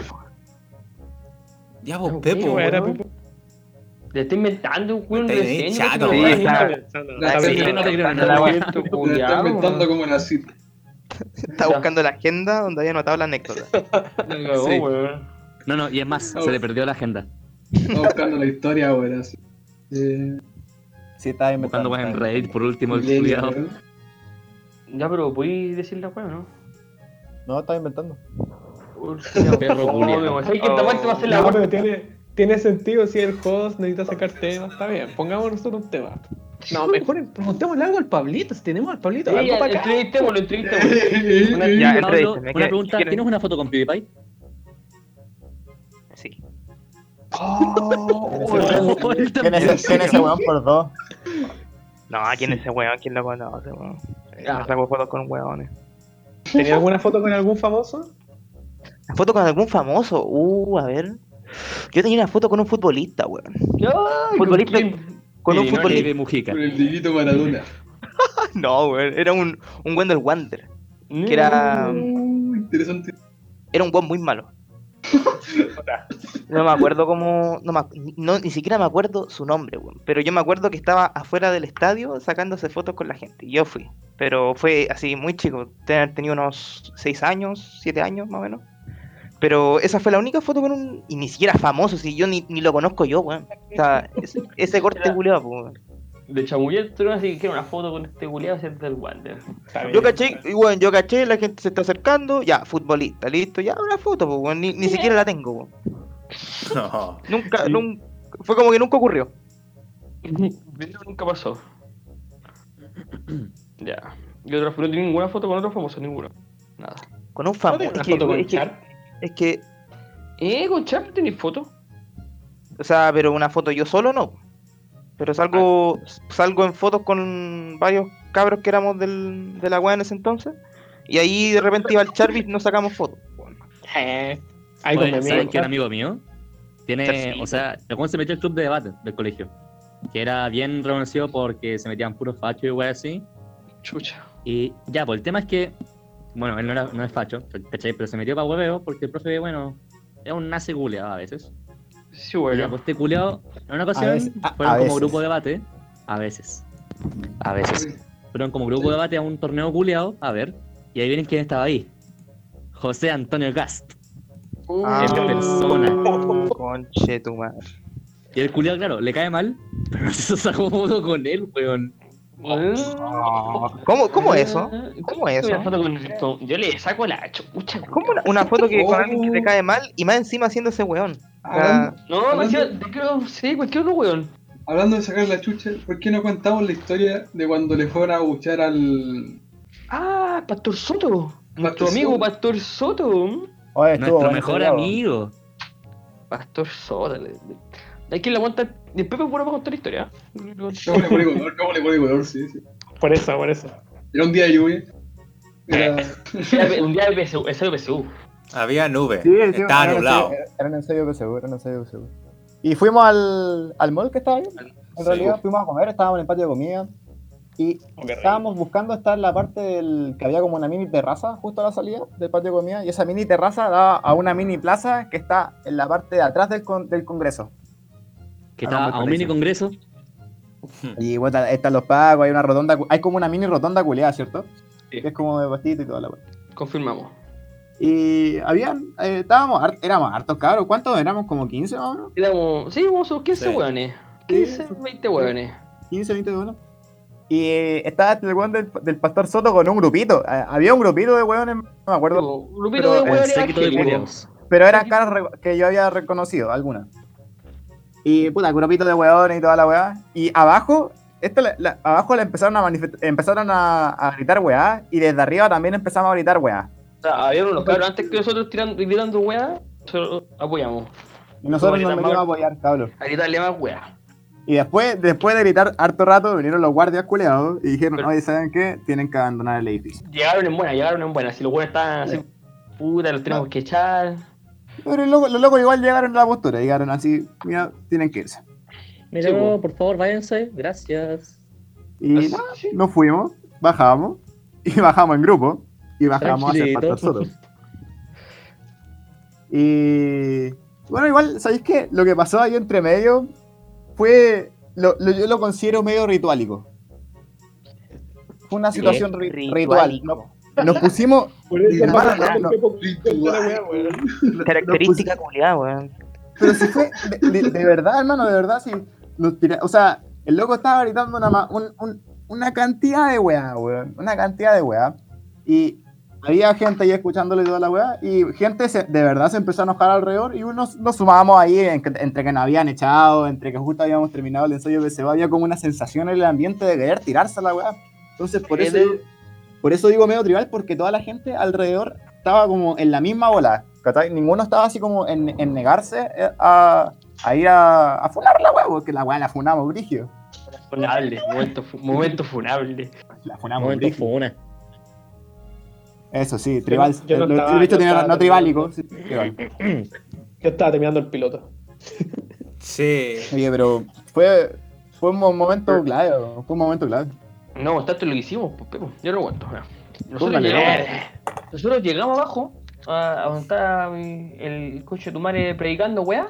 S3: Ya vos,
S2: Ok,
S3: Pepo,
S2: weón.
S3: weón.
S2: Le estoy inventando un
S3: Me estáis ahí
S2: diseño.
S3: chato,
S2: que
S8: Sí,
S2: te lo
S8: está-
S2: voy a
S8: está
S6: Sí,
S8: pensando-
S5: no te creo
S8: está
S5: nada.
S8: la-
S2: decir, tu
S6: Lo está
S2: culiao,
S6: inventando
S2: weón.
S6: como la cita.
S8: Está buscando la agenda donde había anotado la anécdota.
S2: La cagó,
S5: Sí.
S2: weón.
S5: No, y es más, se le perdió la agenda.
S6: Está buscando la historia, weón. Así.
S1: Sí, estaba
S5: Buscando
S1: inventando.
S5: weas en
S1: estaba
S5: Reddit por último, el
S6: Milenio,
S5: culiao.
S6: weón.
S2: Ya, pero ¿podéis decir la weá, no?
S1: inventando. No, estaba inventando.
S5: Perro culiao.
S2: ¿Sabes que esta parte va a ser la
S4: No,
S2: weá?
S4: pero tiene sentido si el host necesita sacar temas, está bien. Pongamos nosotros un tema. No, mejor preguntémosle algo al Pablito, si tenemos al Pablito.
S2: Sí,
S4: algo
S2: ya,
S4: para acá.
S2: entrevistémoslo.
S8: Ya,
S5: Pablo,
S8: entrevístame,
S5: una
S8: ¿qué-
S5: pregunta,
S8: quieren?
S5: ¿tienes una foto con PewDiePie?
S8: Sí.
S1: ¿Quién es ese weón por dos?
S8: No, ¿quién es ese weón? ¿Quién lo conoce, weón?
S2: Ah.
S8: No saco fotos con weones.
S4: ¿Tenía alguna foto con algún famoso?
S8: ¿La foto con algún famoso? A ver. Yo tenía una foto con un futbolista, weón. Futbolista. Con un
S2: Sí, no,
S8: futbolista.
S5: de Mujica.
S6: Con el Dieguito Maradona.
S8: No, weón. Era un Wendell Wander. Que era.
S6: Interesante.
S8: Era un weón muy malo. No me acuerdo cómo. Ni siquiera me acuerdo su nombre, weón. Pero yo me acuerdo que estaba afuera del estadio sacándose fotos con la gente. Y yo fui. Pero fue así, muy chico. Tenía unos 6 años, 7 años más o menos. Pero esa fue la única foto con un. Y ni siquiera famoso, si yo ni lo conozco yo, weón. O sea, ese corte culiado, weón.
S2: De Chamuyer, tú no así que quiero una foto con este culiado cierto del Wander.
S8: Yo caché, y bueno, la gente se está acercando, ya, futbolista, listo, ya, una foto, pues, weón, ni siquiera la tengo, weón.
S3: No.
S8: Nunca, fue como que nunca ocurrió.
S2: Video nunca pasó. Ya. Yo no tengo ninguna foto con otro famoso, ninguna. Nada.
S8: Con un
S2: ¿No
S8: famoso.
S2: tengo una foto con Char?
S8: Es que,
S2: ¿Con Char tenéis foto?
S8: o sea, pero una foto yo solo no. Pero salgo en fotos con varios cabros que éramos de la weá en ese entonces. Y ahí de repente iba el Charvis y nos sacamos fotos.
S4: Ahí
S5: Oye,
S4: con mi
S5: ¿saben
S4: amigo.
S5: que un amigo mío tiene,
S8: Tercito.
S5: o sea, ¿cómo se metió el club de debate del colegio? Que era bien reconocido porque se metían puros fachos y wey así.
S2: Chucha.
S5: Y ya, pues el tema es que, bueno, él no es facho, ¿cachai? Pero se metió para hueveo porque el profe, bueno, es un nazi culeado a veces.
S2: Sí,
S5: Y ya,
S2: bueno.
S5: pues este culeado, en una ocasión,
S1: veces,
S5: fueron
S1: a
S5: como
S1: veces.
S5: grupo de debate, a veces, fueron como grupo de debate a un torneo culeado, a ver, y ahí vienen quién estaba ahí. José Antonio Gast,
S8: Ah,
S5: en persona.
S8: Conche tu madre.
S5: Y el culiao, claro, le cae mal, pero no se sacó foto con él, weón.
S8: ¿Cómo eso? ¿Cómo
S2: Una
S8: eso?
S2: foto yo le saco la chucha.
S8: ¿Cómo una foto que con
S6: Oh.
S8: alguien que te cae mal y más encima haciendo ese weón?
S6: Hablando,
S2: No,
S6: Hablando-
S2: demasiado. Te creo, sí, cualquier otro weón.
S6: hablando de sacar la chucha, ¿por qué no contamos la historia de cuando le fueron a buchar al.
S2: Ah, Pastor Soto. Nuestro
S6: Pastor
S2: amigo
S6: Soto.
S2: Pastor Soto.
S1: Oye, estuvo
S5: Nuestro
S1: bueno
S5: mejor
S1: ese día, weón.
S5: amigo.
S2: Pastor Soto. Hay quien la aguanta. Después me pone para contar la historia.
S6: ¿Cómo le pone color? ¿Cómo le pone color? Sí, sí.
S4: Por eso.
S6: Era un día de lluvia. Era.
S2: Un día de PSU, ese de PSU.
S3: Había nube.
S1: Sí,
S3: Estaba nublado.
S1: Era un ensayo PSU, era un ensayo PSU. Y fuimos al mall que estaba ahí. En
S3: Sí.
S1: realidad fuimos a comer, estábamos en el patio de comida. Y estábamos buscando estar en la parte del que había como una mini terraza justo a la salida del patio de comida. Y esa mini terraza daba a una mini plaza que está en la parte de atrás del Congreso.
S5: Que
S1: Ah,
S5: estaba
S1: no,
S5: a un mini congreso.
S1: Y bueno, están los pagos, hay una rotonda, hay como una mini rotonda culiada, ¿cierto?
S2: Sí.
S1: Que es como de pastito y toda la wea.
S2: Confirmamos.
S1: Y éramos hartos cabros. ¿Cuántos éramos? ¿Como 15 más o menos?
S2: Éramos, sí, vamos a 15
S3: Sí.
S2: hueones. 15, 20 hueones.
S1: 15, 20 de uno. Y estaba el weón del Pastor Soto con un grupito. Había un grupito de weones, no me acuerdo.
S2: Un grupito de
S1: pero
S5: El
S2: hueones
S5: séquito de
S2: evangélicos.
S5: culiados.
S1: Pero eran caras que yo había reconocido, algunas. Y puta, grupito de weones y toda la weá. Y abajo, abajo le empezaron a gritar weá. Y desde arriba también empezamos a gritar weá.
S2: O sea, había unos cabros antes que nosotros gritando weá, nosotros apoyamos.
S1: Y nosotros
S2: Como
S1: nos
S2: gritar
S1: metimos a
S2: más-
S1: apoyar, cabrón.
S2: A gritarle más weá.
S1: Y después de gritar harto rato, vinieron los guardias culeados y dijeron, oye, ¿saben qué? Tienen que abandonar el edificio.
S2: Llegaron en buena. Si los weones estaban así, puta, los tenemos que echar.
S1: Pero los locos igual llegaron a la postura, llegaron así, mira, tienen que irse.
S5: Mira,
S2: Sí, po.
S5: por favor, váyanse. Gracias.
S1: Y
S2: Así-
S1: nada,
S2: sí.
S1: nos fuimos, bajamos, y bajamos en grupo, y bajamos hacia el
S5: Tranquilito.
S1: Pastor Soto. Y bueno, igual, ¿sabéis qué? Lo que pasó ahí entre medio fue, yo lo considero medio rituálico. Fue una situación ritual. Nos pusimos,
S4: Por eso
S1: Hermano,
S4: hermano,
S1: no.
S8: Característica culiada, weón.
S1: pero si fue, de verdad, hermano, de verdad, si o sea, el loco estaba gritando una cantidad de weá, weón, una cantidad de weá, y había gente ahí escuchándole toda la weá, y gente de verdad se empezó a enojar alrededor, y nos sumábamos ahí, entre que nos habían echado, entre que justo habíamos terminado el ensayo de se había como una sensación en el ambiente de querer tirarse a la weá. Entonces, por eso digo medio tribal, porque toda la gente alrededor estaba como en la misma bola, ¿cachai? Ninguno estaba así como en negarse a ir a funar la weá, porque la weá la funamos brígido.
S2: Funable, momento funable.
S1: La funamos
S5: Momento
S1: brígido.
S5: funa.
S1: Eso sí, tribal.
S4: yo no estaba-
S1: Lo he dicho,
S4: yo estaba
S1: no tribálico. Sí, tribal.
S4: Yo estaba terminando el piloto.
S3: Sí.
S1: Oye, pero fue un momento clave, fue un momento clave.
S2: No, tanto lo que hicimos, pues, Pepo, yo lo aguanto. Mira.
S1: Póngale,
S2: Nosotros llegamos abajo a donde está el coche de tu madre predicando, weá.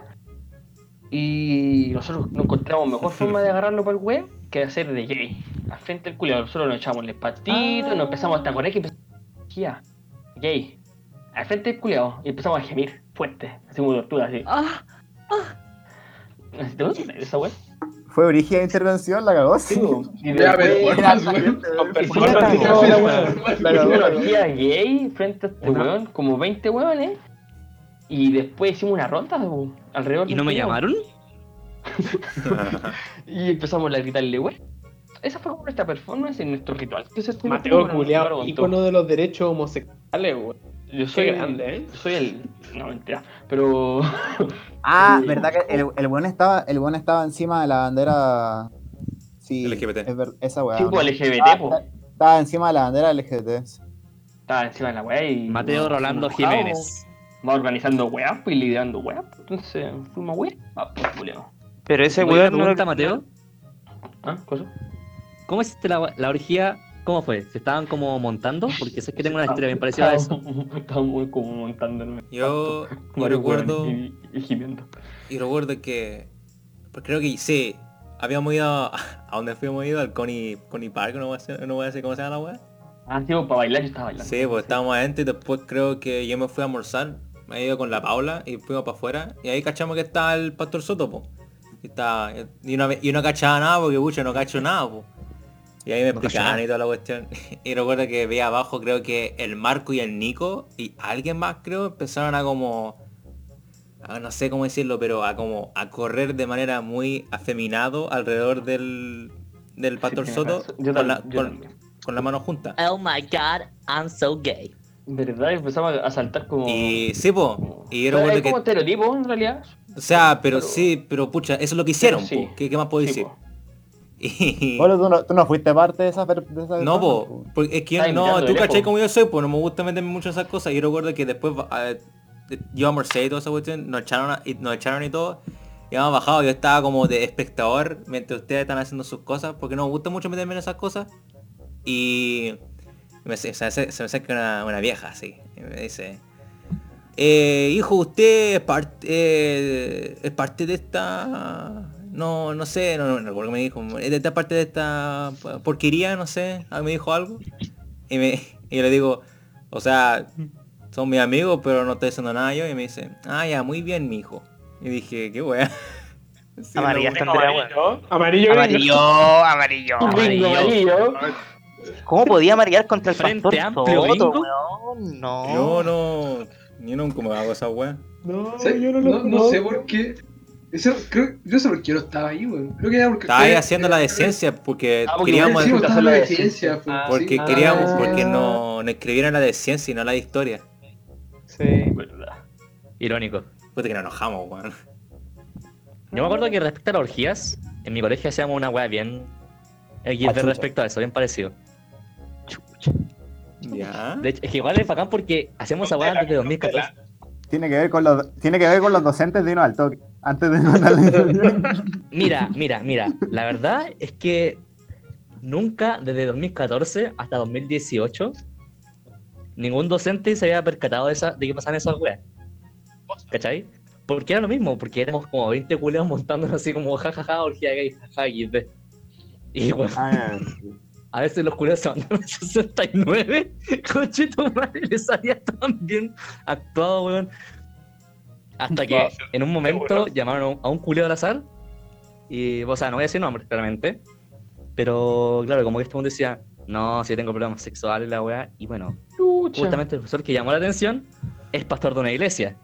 S2: Y nosotros nos encontramos mejor forma de agarrarlo para el weá que hacer de gay. Al frente del culiado, nosotros nos echamos el patito, nos empezamos hasta con él que empezamos a gay. Al frente del culiado y empezamos a gemir fuerte, así como tortura, así. ¿Te gusta esa weá?
S1: Fue brígida intervención, la cagó. Sí.
S2: Y
S6: Ya, pero
S2: después-
S6: por más, weón.
S2: Hicimos
S6: Por más,
S2: una-
S6: weón.
S2: hicimos una orgía gay frente a este weón, como 20 weones. Y después hicimos una ronda alrededor
S5: ¿Y
S2: del
S5: no me
S2: culiao.
S5: llamaron?
S2: Y empezamos a gritarle, weón. esa fue como nuestra performance en nuestro ritual. Que se estuvo
S4: Mateo
S2: como
S4: culiao,
S2: con todo.
S4: ícono de los derechos homosexuales, weón.
S2: Yo soy
S4: Qué grande, ¿eh?
S2: Soy el. No, mentira. Pero.
S1: Ah,
S2: Sí.
S1: ¿verdad que el buen estaba encima de la bandera? Sí,
S3: LGBT.
S1: Esa weá.
S2: Tipo
S1: ¿no?
S2: LGBT, po.
S1: Estaba encima de la bandera LGBT.
S2: Estaba encima de la weá y.
S5: Mateo Rolando
S2: nos
S5: Jiménez.
S2: Va organizando weá, pues, y liderando weá. Entonces, fuimos weá. Pues, culiao.
S8: Pero ese
S5: Voy a
S8: weón no
S5: pregunta,
S8: lo-
S5: Mateo.
S2: ¿Ah? ¿Cosa?
S5: ¿Cómo hiciste la orgía? ¿Cómo fue? ¿Se estaban como montando? Porque sé que tengo una historia bien parecida a eso.
S2: Estábamos como montándonos.
S3: Yo
S2: Varios
S3: recuerdo,
S2: weones y gimiendo.
S3: y recuerdo que, pues creo que sí, habíamos ido a donde fuimos ido, al Coney Park, no voy a decir cómo se llama la weá.
S2: Ah, sí, pues, para bailar yo estaba bailando.
S3: Sí, pues estábamos adentro y después creo que yo me fui a almorzar, me he ido con la Paula y fuimos para afuera y ahí cachamos que estaba el Pastor Soto, po. Y no cachaba nada porque pucha, no cacho nada, po. Y ahí me
S5: No cacho
S3: explicaban
S5: nada.
S3: y toda la cuestión. Y recuerdo que veía abajo, creo que el Marco y el Nico y alguien más creo empezaron a como, no sé cómo decirlo, pero a correr de manera muy afeminado alrededor del Pastor Soto
S2: Yo
S3: con la,
S2: también.
S3: con la mano junta.
S5: Oh my god, I'm so gay.
S2: ¿Verdad? Y empezamos a saltar como...
S3: Y sí, po. Y yo
S2: Pero
S3: recuerdo
S2: es como
S3: que,
S2: estereotipo en realidad.
S3: o sea, pero
S2: pero-
S3: sí, pero pucha, eso es lo que hicieron,
S2: Pero sí.
S3: po. ¿Qué más puedo
S2: Sí,
S3: decir?
S2: po.
S3: Y...
S1: Bueno, tú no fuiste parte de esa
S3: No, po, porque es que
S2: Estaba
S3: no,
S2: imitando
S3: tú
S2: de
S3: cachai
S2: lejos.
S3: como yo soy, pues no me gusta meterme mucho en esas cosas. Y yo recuerdo que después yo almorcé y toda esa cuestión, nos echaron y todo. Y habíamos bajado, yo estaba como de espectador mientras ustedes están haciendo sus cosas, porque no me gusta mucho meterme en esas cosas. Y se me acerca una vieja así, y me dice, hijo, usted es parte de esta... No sé, no recuerdo qué me dijo. Es de esta parte de esta porquería, no sé. Me dijo algo. Y yo le digo, o sea, son mis amigos, pero no estoy haciendo nada yo. Y me dice, ah, ya, muy bien, mijo. Y dije, qué wea. Sí,
S8: Amarillo,
S3: no,
S8: está Andrea, weón.
S4: Amarillo,
S8: Amarillo, amarillo.
S2: Bingo amarillo.
S8: ¿Cómo podía amarillar contra el
S5: Frente
S8: Pastor
S5: amplio,
S8: Soto,
S5: bingo.
S8: weón? No.
S3: yo nunca me hago esa wea.
S4: No,
S6: ¿Sí?
S4: yo no
S6: No,
S4: lo
S6: no sé por qué. Yo sé por qué no estaba ahí, weón. Creo que era porque
S3: Estaba ahí
S6: ustedes-
S3: haciendo la de ciencia porque
S2: porque
S3: queríamos...
S6: Sí,
S2: Juntas
S6: estaba
S2: a
S6: la
S2: la
S6: de
S2: de
S6: ciencia. pues,
S4: ciencia.
S6: sí.
S3: Queríamos,
S4: Ah.
S3: porque no escribieron la de ciencia y no la de historia.
S4: Sí.
S2: ¿Verdad?
S5: Irónico.
S3: Puta que nos enojamos, weón.
S5: Yo me acuerdo que respecto a las orgías, en mi colegio hacíamos una wea bien XD
S1: chucha.
S5: respecto a eso, bien parecido.
S3: Ya.
S5: De hecho, es que igual es bacán porque hacemos esa wea desde 2014.
S1: Tiene que ver con los docentes de uno al toque. Antes de mandarle.
S5: Mira, la verdad es que nunca desde 2014 hasta 2018 ningún docente se había percatado de que pasaban esas weas. ¿Cachai? Porque era lo mismo, porque éramos como 20 culeos montándonos así como jajaja, orgía gay, jajaja, XD. Y bueno, a veces los culeos se mandaron 69, coche tu madre, les salía tan bien actuado, weón. Hasta que en un momento llamaron a un culeo al azar, y, o sea, no voy a decir nombres claramente, pero claro, como que este mundo decía, no, si yo tengo problemas sexuales, la weá, y bueno, justamente el profesor que llamó la atención es pastor de una iglesia.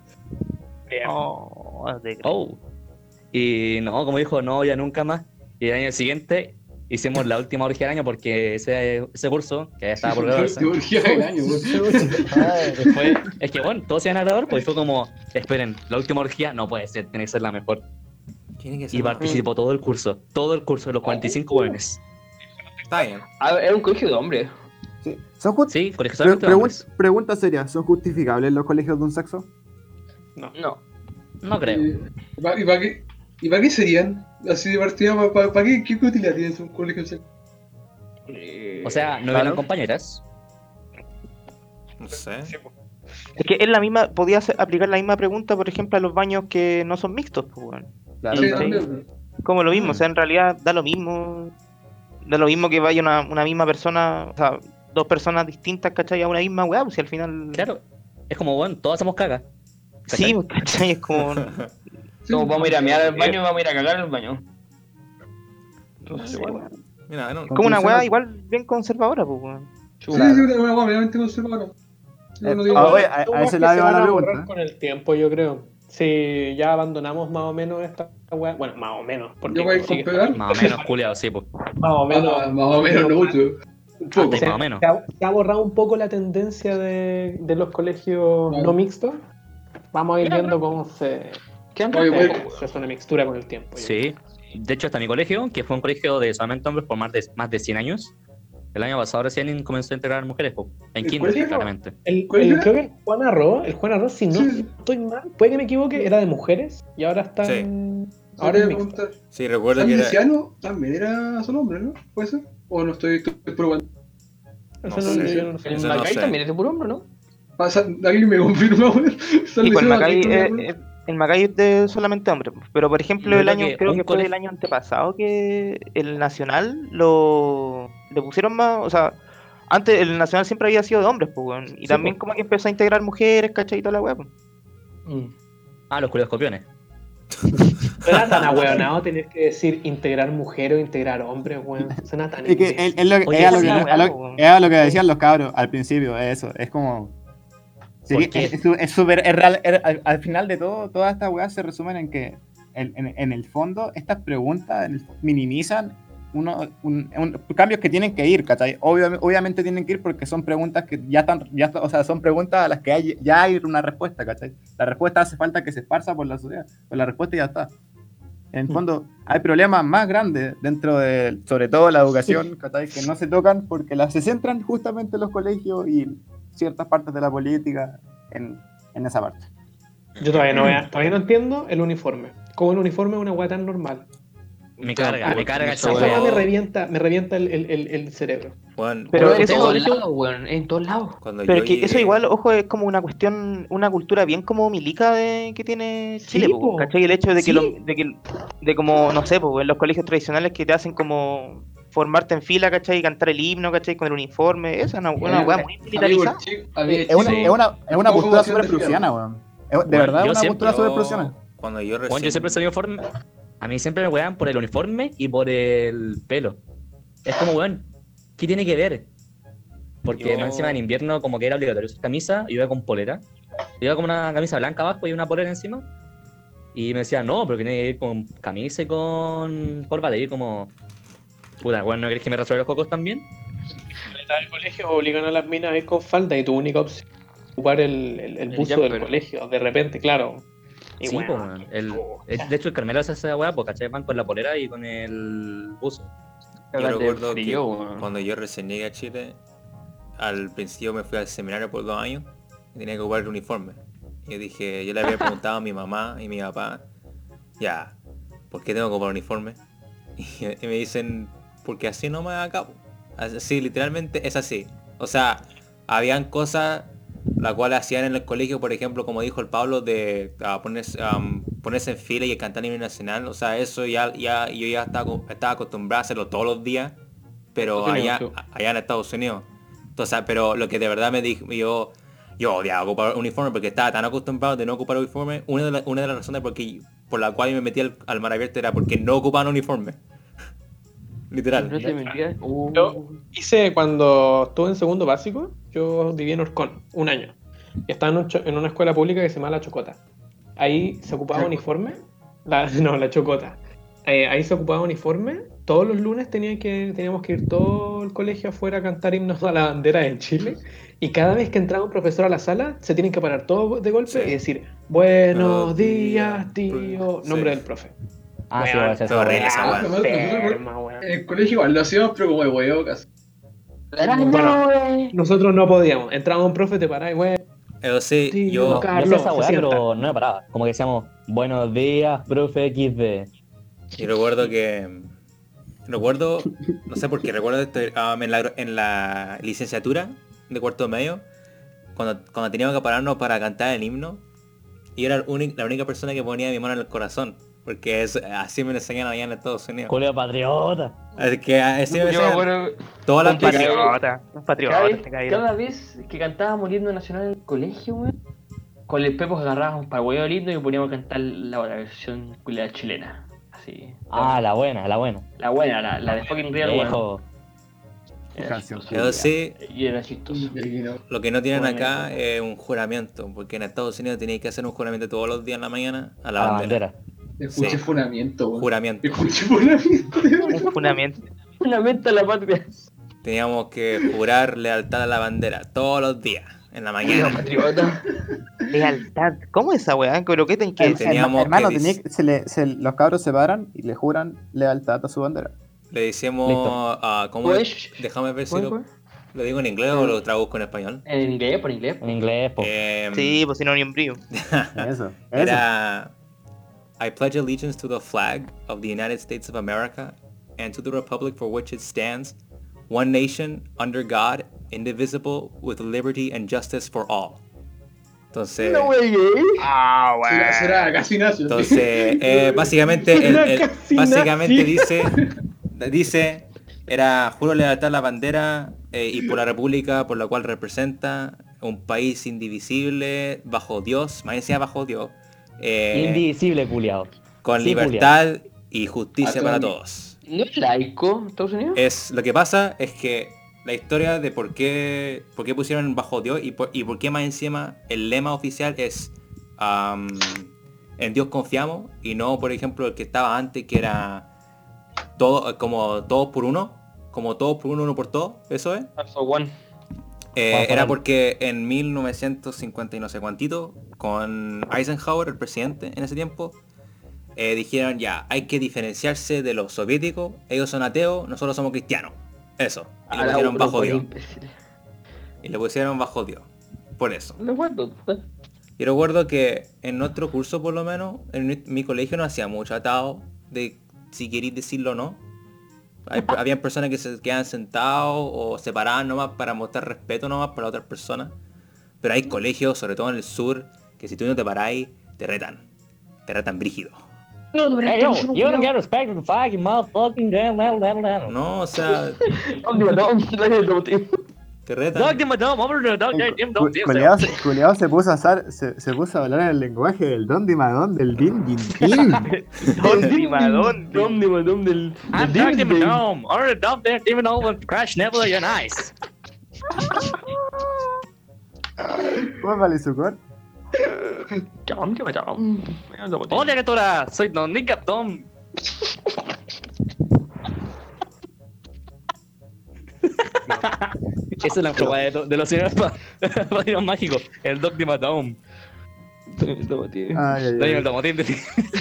S8: Oh, de
S5: Oh. Y no, como dijo, no, ya nunca más. Y el año siguiente hicimos la última orgía del año porque ese curso, que ya estaba por graduarse,
S6: Teología del año, weón.
S5: es que bueno, todos se iban a graduar, pues fue como, esperen, la última orgía no puede ser, tiene que ser la mejor.
S3: Tiene que
S5: Y
S3: ser.
S5: participó todo el curso de los 45 jóvenes.
S3: Está bien.
S2: Ah, era un colegio de hombres.
S1: Sí.
S5: Sí, colegio solamente de hombres.
S1: Pregunta seria, ¿son justificables los colegios de un sexo?
S2: No.
S5: No creo.
S6: ¿Y para qué serían? Así de partida, ¿para qué? ¿Qué utilidad tienen un colegio de sexo?
S5: O sea, no
S8: Claro.
S5: eran compañeras.
S3: No sé.
S8: Es que es la misma, podía aplicar la misma pregunta, por ejemplo, a los baños que no son mixtos, pues, weón.
S1: Claro.
S6: Sí,
S8: sí.
S6: también, weón.
S8: Como lo mismo, o sea, en realidad da lo mismo. Da lo mismo que vaya una misma persona, o sea, dos personas distintas, ¿cachai? A una misma weá, pues si al final.
S5: Claro. Es como, bueno, todos hacemos caga.
S8: Sí, pues, ¿cachai? Es como.
S6: Sí,
S2: Como vamos a ir a mirar al baño y vamos a ir a cagar al baño.
S8: No sé, weón.
S3: Mira, no.
S8: Como una weá igual bien conservadora, pues, weón.
S6: Sí, una hueá obviamente conservadora. Yo no digo
S1: oye,
S6: nada.
S1: a ese lado
S4: se
S1: va
S4: van
S1: la
S4: a borrar
S1: pregunta.
S4: con el tiempo, yo creo. Sí, ya abandonamos más o menos esta weá. Bueno, más o menos. Porque
S6: ¿Yo voy a
S4: sigue
S6: comparar?
S5: Más o menos, culiao, sí, pues.
S4: más o menos.
S6: Más o menos, no mucho. Un poco.
S5: Antes, más o menos.
S4: Se ha borrado un poco la tendencia de los colegios
S6: Claro.
S4: no mixtos. Vamos a ir
S2: Ya,
S4: viendo cómo se
S2: Quedan
S6: Oye,
S2: poco,
S4: se hace una mixtura con el tiempo. yo
S5: Sí. De hecho, hasta mi colegio, que fue un colegio de solamente hombres por más de 100 años, el año pasado recién comenzó a integrar mujeres, po. En
S6: ¿El
S5: kinder,
S6: colegio?
S5: claramente.
S6: ¿Cuál era?
S4: Creo que el Juan Arroz, si no
S6: Sí.
S4: estoy mal, puede que me equivoque, era de mujeres y ahora están.
S3: Sí.
S4: Ahora
S6: Ahora
S4: es
S6: voy a
S4: mixto.
S6: preguntar.
S3: Sí, recuerdo
S6: San
S3: que era...
S6: Luciano también era solo hombre, ¿no? ¿Puede ser? ¿O no estoy probando?
S3: No
S4: Eso
S3: sé.
S4: yo no sé.
S2: El
S3: Eso no
S2: Macay
S3: sé.
S2: también es de puro hombre, ¿no?
S6: ¿Alguien me confirma, weón? San
S8: Sí, pues
S6: Luciano también.
S8: el Macay es de solamente hombre. Pero por ejemplo,
S5: Yo
S8: el
S5: creo
S8: año,
S5: que
S8: creo
S5: un
S8: que fue el
S5: colegio-
S8: año antepasado que el Nacional le pusieron más, o sea, antes el Nacional siempre había sido de hombres, pues, weón. Y
S5: Sí,
S8: también
S5: pues.
S8: como que empezó a integrar mujeres, ¿cachai? Y toda la weá, pues.
S5: Ah, los culiados copiones.
S4: No era tan ahueonado tener que decir integrar mujer o integrar hombre, weón. Suena tan
S1: Es que
S4: imbécil.
S1: es lo que,
S5: Oye,
S1: es a lo
S8: esa
S1: que,
S8: es la
S1: no-
S8: weá,
S1: a lo-
S8: po.
S1: es a lo que decían los cabros al principio, es eso, es como...
S5: ¿Por qué?
S1: Es súper, es real, al final de todo, todas estas weas se resumen en que en el fondo estas preguntas minimizan cambios que tienen que ir, ¿cachai? Obviamente tienen que ir porque son preguntas que o sea, son preguntas a las que ya hay una respuesta, ¿cachai? La respuesta hace falta que se esparza por la sociedad, pues la respuesta ya está. En el fondo, hay problemas más grandes dentro de, sobre todo la educación, ¿cachai? Que no se tocan porque se centran justamente en los colegios y ciertas partes de la política en esa parte.
S4: Yo todavía no entiendo el uniforme. Como el uniforme es una weá tan normal.
S5: Me carga esa
S4: Esa
S3: Yo-
S4: weá
S5: weá.
S4: me revienta el cerebro.
S3: Juan,
S8: Pero
S2: en
S8: eso,
S2: todos
S8: por
S2: lados, weón. En todos lados.
S3: cuando
S8: Pero
S3: yo
S8: que eso
S3: llegué-
S8: igual, ojo, es como una cuestión, una cultura bien como milica que tiene Chile,
S4: Sí,
S8: po,
S4: po.
S8: ¿cachai? El hecho de que,
S4: Sí.
S8: de como, no sé, po, en los colegios tradicionales que te hacen como formarte en fila, ¿cachai? Y cantar el himno, ¿cachai? Con el uniforme, esa es una weá muy militarizada.
S1: Es una postura súper prusiana, weón. De
S5: Bueno,
S1: verdad,
S5: yo
S1: es una
S5: siempre-
S1: postura súper prusiana.
S3: Cuando yo
S5: Bueno,
S3: recién...
S5: yo siempre soy uniforme. A mí siempre me wean por el uniforme y por el pelo. Es como, weón, ¿qué tiene que ver? Porque
S3: Yo-
S5: más encima en invierno como que era obligatorio usar camisa, yo iba con polera. Yo iba con una camisa blanca abajo y una polera encima. Y me decían, no, pero tiene que ir con camisa y con corbata. Y yo como, puta, weón, ¿no querés que me rasure los cocos también?
S4: En el colegio obligan a las minas a ir con falda y tu única opción es ocupar el buzo del
S2: jumper.
S4: colegio. De repente, claro. Y
S5: Sí,
S4: bueno,
S5: pues, weón. De hecho, el Carmelo hace esa weá, porque ¿cachai? Van con la polera y con el buzo.
S3: Yo
S2: Cagas de
S3: recuerdo que
S2: frío, weón.
S3: cuando yo recién llegué a Chile, al principio me fui al seminario por 2 años y tenía que ocupar el uniforme. Y yo dije, yo le había preguntado a mi mamá y mi papá, ya, ¿por qué tengo que ocupar uniforme? Y me dicen, porque así no me acabo. Así, literalmente es así. O sea, habían cosas la cual hacían en el colegio, por ejemplo, como dijo el Pablo, de ponerse en fila y cantar a nivel nacional. O sea, eso yo ya estaba acostumbrado a hacerlo todos los días, pero allá en Estados Unidos. Entonces, pero lo que de verdad me dijo, yo odiaba ocupar uniforme porque estaba tan acostumbrado de no ocupar uniforme. Una de las razones por la cual yo me metí al mar abierto era porque no ocupaban uniforme. Literal.
S2: No te mentías.
S4: Yo hice cuando estuve en segundo básico, yo viví en Orcón, un año. Y estaba en una escuela pública que se llama La Chocota. Ahí se ocupaba uniforme. La Chocota. Ahí se ocupaba uniforme. Todos los lunes teníamos que ir todo el colegio afuera a cantar himnos a la bandera de Chile. Y cada vez que entraba un profesor a la sala, se tienen que parar todos de golpe
S3: Sí.
S4: y decir, buenos
S3: Buenos
S4: días,
S3: días,
S4: tío.
S3: sí.
S4: Nombre del profe.
S5: Ah, sí,
S4: Weón,
S5: weón, esa
S3: Qué horrible esa weá.
S4: enferma, weón.
S6: En el colegio igual lo hacíamos, pero como de huevo casi.
S4: Bueno, nosotros no podíamos. Entraba un profe, te parás, güey.
S3: Pero sí,
S4: Sí,
S3: yo...
S5: No, yo
S4: Carlos,
S5: hacía esa
S4: se
S5: weá,
S4: sienta.
S5: pero no me paraba. Como que decíamos, buenos días, profe XD.
S3: Y recuerdo que... no sé por qué, recuerdo esto, en la licenciatura de cuarto medio, cuando teníamos que pararnos para cantar el himno, y era la única persona que ponía mi mano en el corazón, porque así me lo enseñan allá en Estados Unidos.
S5: Julio patriota.
S3: Así que así me
S2: Yo me
S3: enseñan
S2: acuerdo
S3: todas las
S2: un
S3: veces.
S8: Patriota, un patriota,
S2: cada,
S8: este cabrón.
S2: cada vez que cantábamos el himno nacional en el colegio, weón, con el Pepo agarrábamos para el huevo del himno y poníamos a cantar la versión culiada chilena. Así.
S5: Ah, la buena, la buena.
S2: La buena, la de fucking real, weón.
S5: Viejo.
S1: Canción.
S3: Eso sí,
S2: Y era chistoso.
S3: lo que no tienen
S2: Bueno,
S3: acá es un juramento, porque en Estados Unidos tenéis que hacer un juramento todos los días en la mañana a
S5: A
S3: la
S5: la
S3: bandera.
S5: bandera.
S6: Escuché
S3: Sí.
S6: funamiento, weón.
S3: Juramento.
S6: Escuché funamiento.
S8: Un fundamento.
S2: Una mente a la patria.
S3: Teníamos que jurar lealtad a la bandera todos los días, en la mañana.
S2: Patriota.
S8: Lealtad. ¿Cómo es esa weá? ¿Pero qué tenés que decir?
S3: Teníamos
S1: Hermano,
S3: que
S1: los cabros se paran y le juran lealtad a su bandera.
S3: Le decimos
S5: Listo.
S3: ¿cómo
S2: Pues,
S3: es? Déjame ver si
S2: ¿Cuál,
S3: lo,
S2: cuál?
S3: lo digo en inglés o lo traduzco en español.
S2: En inglés, por inglés.
S5: En inglés, po.
S8: Sí, pues si no, ni un brillo.
S1: Eso.
S3: Era I pledge allegiance to the flag of the United States of America and to the republic for which it stands, one nation, under God, indivisible, with liberty and justice for all. Entonces,
S2: No, güey.
S8: Ah,
S6: Será casi nazi.
S3: entonces básicamente, básicamente dice, era juro lealtad a la bandera y por la república por la cual representa, un país indivisible, bajo Dios, más encima bajo Dios,
S5: Indivisible, culiao.
S3: con
S5: Sí,
S3: libertad y justicia
S6: A
S3: para
S6: todo.
S3: todos.
S2: ¿No es laico Estados Unidos?
S3: Lo que pasa es que la historia de por qué pusieron bajo Dios y por qué más encima el lema oficial es en Dios confiamos y no, por ejemplo, el que estaba antes, que era todo como todos por uno, uno por todos, eso es.
S2: Also one.
S3: Era porque en 1950 y no sé cuántito, con Eisenhower, el presidente en ese tiempo, dijeron ya, hay que diferenciarse de los soviéticos, ellos son ateos, nosotros somos cristianos. Eso. Y le pusieron bajo Dios. Y le pusieron bajo Dios. Por eso.
S2: No acuerdo.
S3: Yo recuerdo que en nuestro curso, por lo menos, en mi colegio no hacía mucho atado de si queréis decirlo o no. Habían personas que se quedaban sentados o se paraban nomás para mostrar respeto nomás para otras personas. Pero hay colegios, sobre todo en el sur, que si tú no te paráis, te retan. Te retan brígido.
S5: Hey, yo, you don't get respect for the fucking motherfucking
S3: No, o sea, te retan.
S5: Dog de madame, over the dog de dim dog
S1: Culeado se puso a hablar en el lenguaje del don dimadón, del din din din.
S8: ¿Dónde, Dimadón?
S2: Dom del...
S5: I'm dog de madame, over the dog de dim dog crash never your nice.
S1: ¿Cómo vale su cor?
S5: Hola criatura, soy Don Nick Abdom. Esa es la prueba de los señores padrinos mágicos, el Dog de Madame. Daniel Domotín del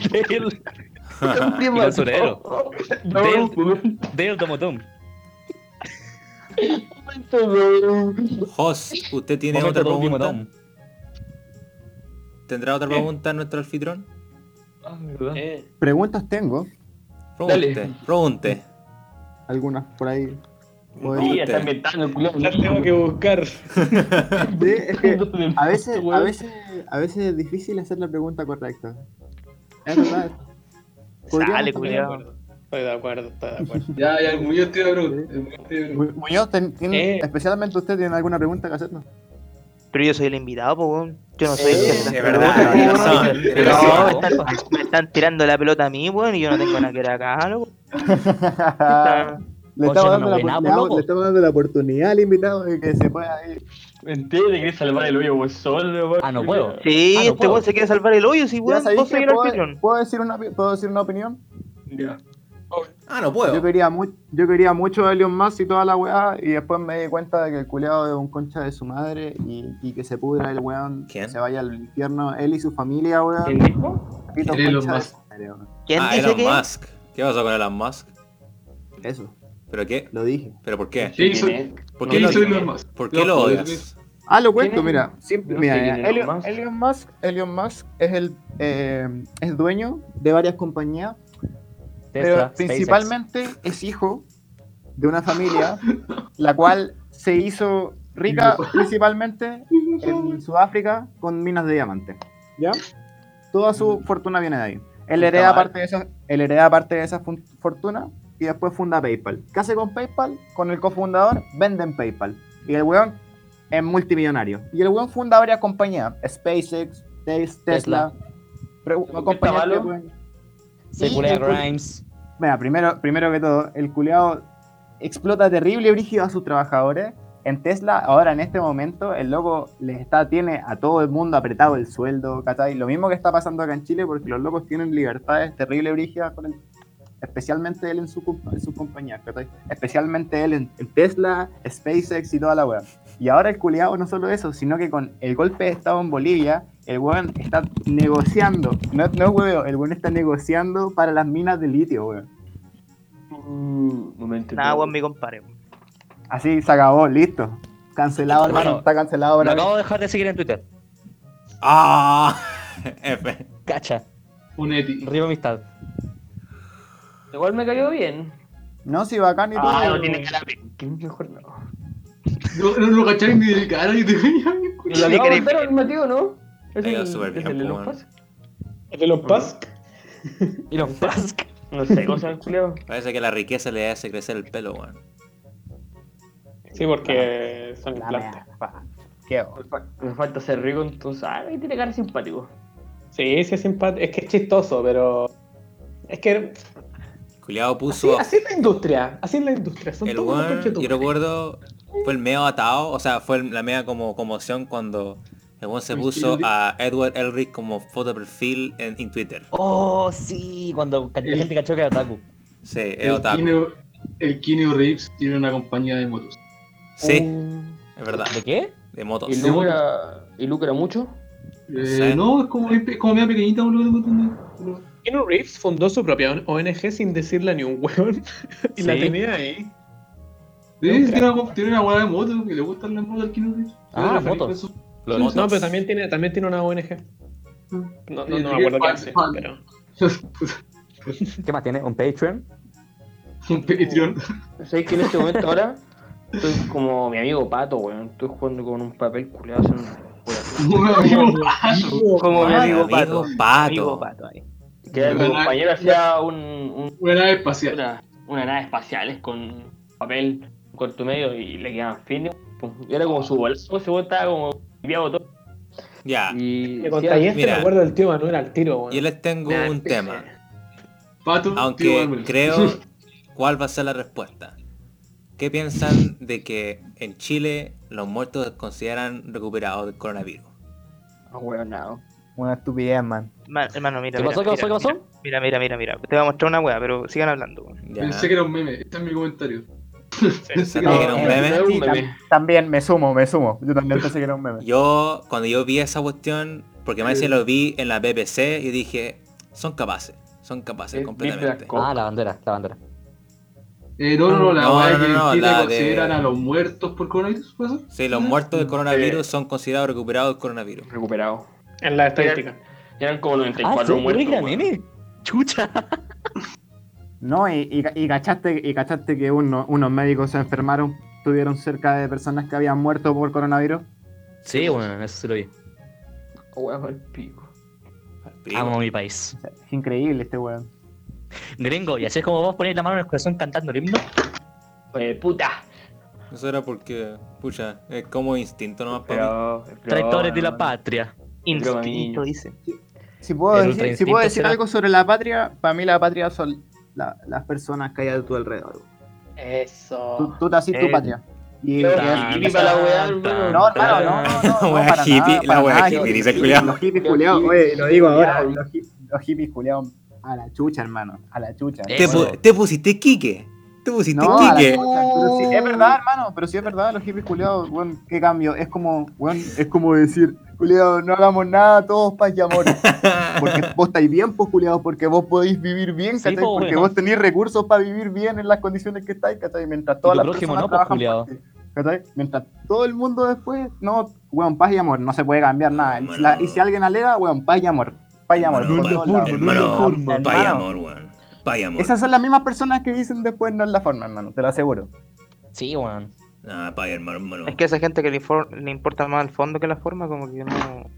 S5: basurero. Del Domotum.
S3: Jos, ¿usted tiene otra pregunta? ¿Tendrá otra pregunta nuestro anfitrión?
S1: Preguntas tengo,
S3: Pregunte.
S1: algunas por ahí.
S2: Sí, está inventando el culo.
S4: Las tengo que buscar.
S1: Es que a veces es difícil hacer la pregunta correcta. Es verdad.
S8: Sale,
S1: Podríamos
S8: culiao.
S4: Estoy de acuerdo.
S6: Ya, el Muñoz tiene una pregunta.
S1: Muñoz, especialmente usted, ¿tiene alguna pregunta que hacernos?
S8: Pero yo soy el invitado, po, weón. Yo no soy el
S3: Sí,
S8: que
S3: es verdad, tiene razón, tiene
S8: No,
S3: razón.
S8: me están tirando la pelota a mí, weón, y yo no tengo nada que ver acá, loco.
S1: Le
S5: Oye,
S1: estamos
S5: no me nada, loco.
S1: le estamos dando la oportunidad al invitado de que se pueda ir.
S2: Entiende que querés salvar el hoyo vos solo, weón.
S5: Ah, no puedo.
S8: Sí,
S5: Ah, no
S8: este
S5: puedo.
S8: weón se quiere salvar el hoyo, sí,
S1: Ya
S8: weón.
S1: sabéis
S8: Vos soy
S1: que
S8: el anfitrión.
S1: ¿puedo decir una opinión?
S6: Ya.
S3: Ah, no puedo.
S1: Yo quería mucho a Elon Musk y toda la weá, y después me di cuenta de que el culeado es un concha de su madre y que se pudra el weón,
S3: ¿Quién?
S1: que se vaya al infierno, él y su familia, weón.
S2: ¿Quién dijo?
S1: Pito
S6: Elon
S1: concha de
S6: Musk.
S1: su madre, weón.
S8: ¿Quién dice
S3: Elon
S8: que?
S3: Musk. ¿Qué pasó con Elon Musk?
S1: Eso,
S3: ¿Pero qué?
S1: lo dije.
S3: ¿Pero por qué?
S6: ¿Qué hizo?
S3: ¿Por
S6: ¿Qué
S3: qué lo,
S6: hizo Elon Musk?
S3: ¿por qué lo odias?
S1: Lo cuento,
S2: ¿Quién es?
S1: mira. Siempre,
S2: No
S1: mira,
S2: sé
S1: mira,
S2: quién es
S1: Elon Musk es es dueño de varias compañías, pero
S5: Tesla,
S1: principalmente es hijo de una familia la cual se hizo rica principalmente en Sudáfrica con minas de diamantes. ¿Ya? Toda su fortuna viene de ahí. Él hereda parte de esa fortuna y después funda PayPal. ¿Qué hace con PayPal? Con el cofundador venden PayPal. Y el weón es multimillonario. Y el weón funda varias compañías. SpaceX, Tesla. Compañías que
S2: malo?
S1: pueden-
S5: Se culea Grimes.
S1: Mira, primero que todo, el culiao explota terrible brígido a sus trabajadores. En Tesla, ahora en este momento, el loco tiene a todo el mundo apretado el sueldo, ¿cachai? Lo mismo que está pasando acá en Chile, porque los locos tienen libertades terrible brígidas con especialmente él en su compañía, ¿cachai? Especialmente él en Tesla, SpaceX y toda la weá. Y ahora el culiado no solo eso, sino que con el golpe de estado en Bolivia, el weón está negociando, no huevo, el weón está negociando para las minas de litio, weón.
S2: Momento.
S8: Nada, weón, mi compadre.
S1: Así se acabó, listo. Cancelado, hermano, está cancelado.
S5: Lo acabo de dejar de seguir en Twitter.
S3: ¡Ah! F.
S5: Cacha.
S6: Un Eti.
S5: Río amistad.
S2: Igual me cayó bien.
S1: No, si bacán y todo.
S2: No tiene cara de... ¿Qué mejor no?
S6: No lo cacháis ni de cara, yo te veía bien
S2: Y lo acabo de ver al Mateo, ¿no? Es
S3: Cayó
S2: el
S3: súper
S2: es
S3: bien,
S2: el Elon
S3: weón.
S2: Musk.
S4: ¿El de los Musk?
S5: Y los Musk.
S2: No sé, ¿cómo se llama el culiao?
S3: Parece que la riqueza le hace crecer el pelo, weón.
S4: Sí, porque son
S1: La
S4: implantes.
S1: mea, qué
S2: Me falta ser rico, entonces... Ay, tiene cara simpático.
S4: Sí, sí es simpático. Es que es chistoso, pero. Es que.
S3: Culiado
S4: Así,
S3: puso
S4: así es la industria. Así es la industria. Son
S3: el
S4: todos unos
S3: weón,
S4: conchetumares.
S3: yo recuerdo, fue el medio atado, o sea, fue la media como conmoción cuando el weón se
S6: El
S3: puso
S6: Kino-
S3: a Edward Elric como foto de perfil en Twitter.
S5: Oh, sí, cuando la gente cachó que era otaku.
S3: Sí, es
S6: El
S3: otaku.
S6: Keanu Reeves tiene una compañía de motos.
S3: Sí, es verdad.
S5: ¿De qué?
S3: De motos.
S2: ¿Y lucra mucho?
S3: Sí.
S6: No, es como media pequeñita, boludo.
S4: Keanu Reeves fundó su propia ONG sin decirle a ni un hueón. Y la
S5: Sí.
S4: tenía ahí.
S6: Sí, tiene una hueá de motos que le gustan las motos al Keanu Reeves.
S5: Ah,
S6: Yo
S5: motos.
S6: eso.
S3: Motos.
S4: No, pero también tiene una ONG. No me acuerdo qué hace, pero.
S5: ¿Qué más tiene? ¿Un Patreon?
S6: Un Patreon.
S2: ¿Sabes que en este momento ahora estoy como mi amigo Pato, weón? Estoy jugando con un papel culiado.
S6: Un amigo pato.
S8: Como mi
S3: Ah,
S8: amigo
S3: amigo
S8: Pato.
S3: Pato.
S8: Amigo Pato ahí.
S2: Que mi compañero hacía
S6: Una nave espacial.
S2: una nave espacial con papel corto medio y le quedaban fines. Y era como su bolso, ese weón estaba como limpiado todo.
S3: Ya,
S2: Y
S4: Me contáis este,
S3: mira.
S4: me acuerdo del tío Manuel al tiro, weón.
S3: yo les tengo
S2: Nah,
S3: un tema,
S6: Pato, tío
S3: aunque
S6: Manuel.
S3: creo cuál va a ser la respuesta. ¿Qué piensan de que en Chile los muertos se consideran recuperados del coronavirus?
S2: weón, no.
S1: Una estupidez, man.
S8: Hermano, mira.
S5: ¿Qué pasó? ¿Qué pasó? ¿Qué pasó?
S8: Mira. Te voy a mostrar una wea, pero sigan hablando, weón.
S3: Ya.
S6: Pensé que era un meme. Este es mi comentario.
S3: Pensé que era un meme.
S2: Era un
S1: Sí,
S2: meme.
S1: también me sumo. Yo también pensé que era un meme.
S3: Cuando yo vi esa cuestión, porque más se lo vi en la BBC, y dije, son capaces completamente.
S5: Ah, la bandera.
S6: No, la
S3: No,
S6: weá
S3: no,
S6: que en
S3: no,
S6: Chile
S3: la de-
S6: consideran a los muertos por coronavirus, ¿puede ser?
S3: Sí, los muertos del coronavirus son considerados recuperados del coronavirus.
S2: Recuperado.
S4: En la estadística.
S2: Eran como
S5: Ah,
S2: 94
S5: sí,
S2: muertos.
S5: oiga,
S2: weón.
S5: nene. Chucha.
S1: No, y cachaste que unos médicos se enfermaron, tuvieron cerca de personas que habían muerto por coronavirus.
S5: Sí, bueno, eso sí lo vi.
S2: Weón, al pico.
S5: Amo mi país.
S1: Es increíble este weón.
S5: Gringo, ¿y así es como vos ponéis la mano en el corazón cantando el himno?
S2: Puta.
S3: Eso era porque, pucha, es como instinto nomás para mí.
S2: Pero
S5: Traidores de la patria.
S8: Instinto, dice.
S1: Si puedo
S5: El
S1: decir
S5: ultrainstinto será.
S1: algo sobre la patria, para mí la patria son las personas que hay a tu alrededor.
S2: Eso.
S1: Tú te haces tu
S8: Eh,
S1: patria. Y
S2: Creo
S5: Tan,
S2: que hippie para la weá,
S5: tan,
S2: hermano.
S1: no, hermano, no,
S3: Wea
S1: para
S3: hippie,
S1: nada,
S3: la
S1: para
S3: wea
S1: nada.
S3: hippie, dice el
S1: Los
S3: culiao.
S1: hippies
S2: Los
S1: culiados,
S2: hippies
S1: oye, lo digo ahora,
S2: culiados.
S1: los hippies culiados a la chucha, hermano, a la chucha.
S5: Eso.
S3: Te pusiste Quique. Te pusiste
S1: No, a la
S3: Quique.
S1: chucha, pero sí, es verdad, hermano, pero sí es verdad, los hippies culiados, weón, qué cambio, es como decir, culiados, no hagamos nada, todos paz y amor. Porque vos estáis bien, pues, culiados, porque vos podéis vivir bien,
S5: Sí,
S1: ¿cachai?
S5: po,
S1: Porque
S5: weón.
S1: vos tenéis recursos para vivir bien en las condiciones que estáis, ¿cachai? Mientras todas
S5: tu
S1: las
S5: prójimo
S1: personas
S5: no, pues,
S1: trabajan
S5: culiado.
S1: por ti, ¿cachai? Mientras todo el mundo después, no, weón, paz y amor, no se puede cambiar nada.
S3: Hermano.
S1: Y si alguien alega, weón, paz y amor, por todos lados.
S3: Hermano,
S1: Hermano,
S3: vaya amor, weón. Vaya amor.
S1: esas son las mismas personas que dicen después no es la forma, hermano, te lo aseguro.
S5: Sí, weón.
S3: Ah, vaya hermano.
S8: Es que a esa gente que le importa más el fondo que la forma, como que no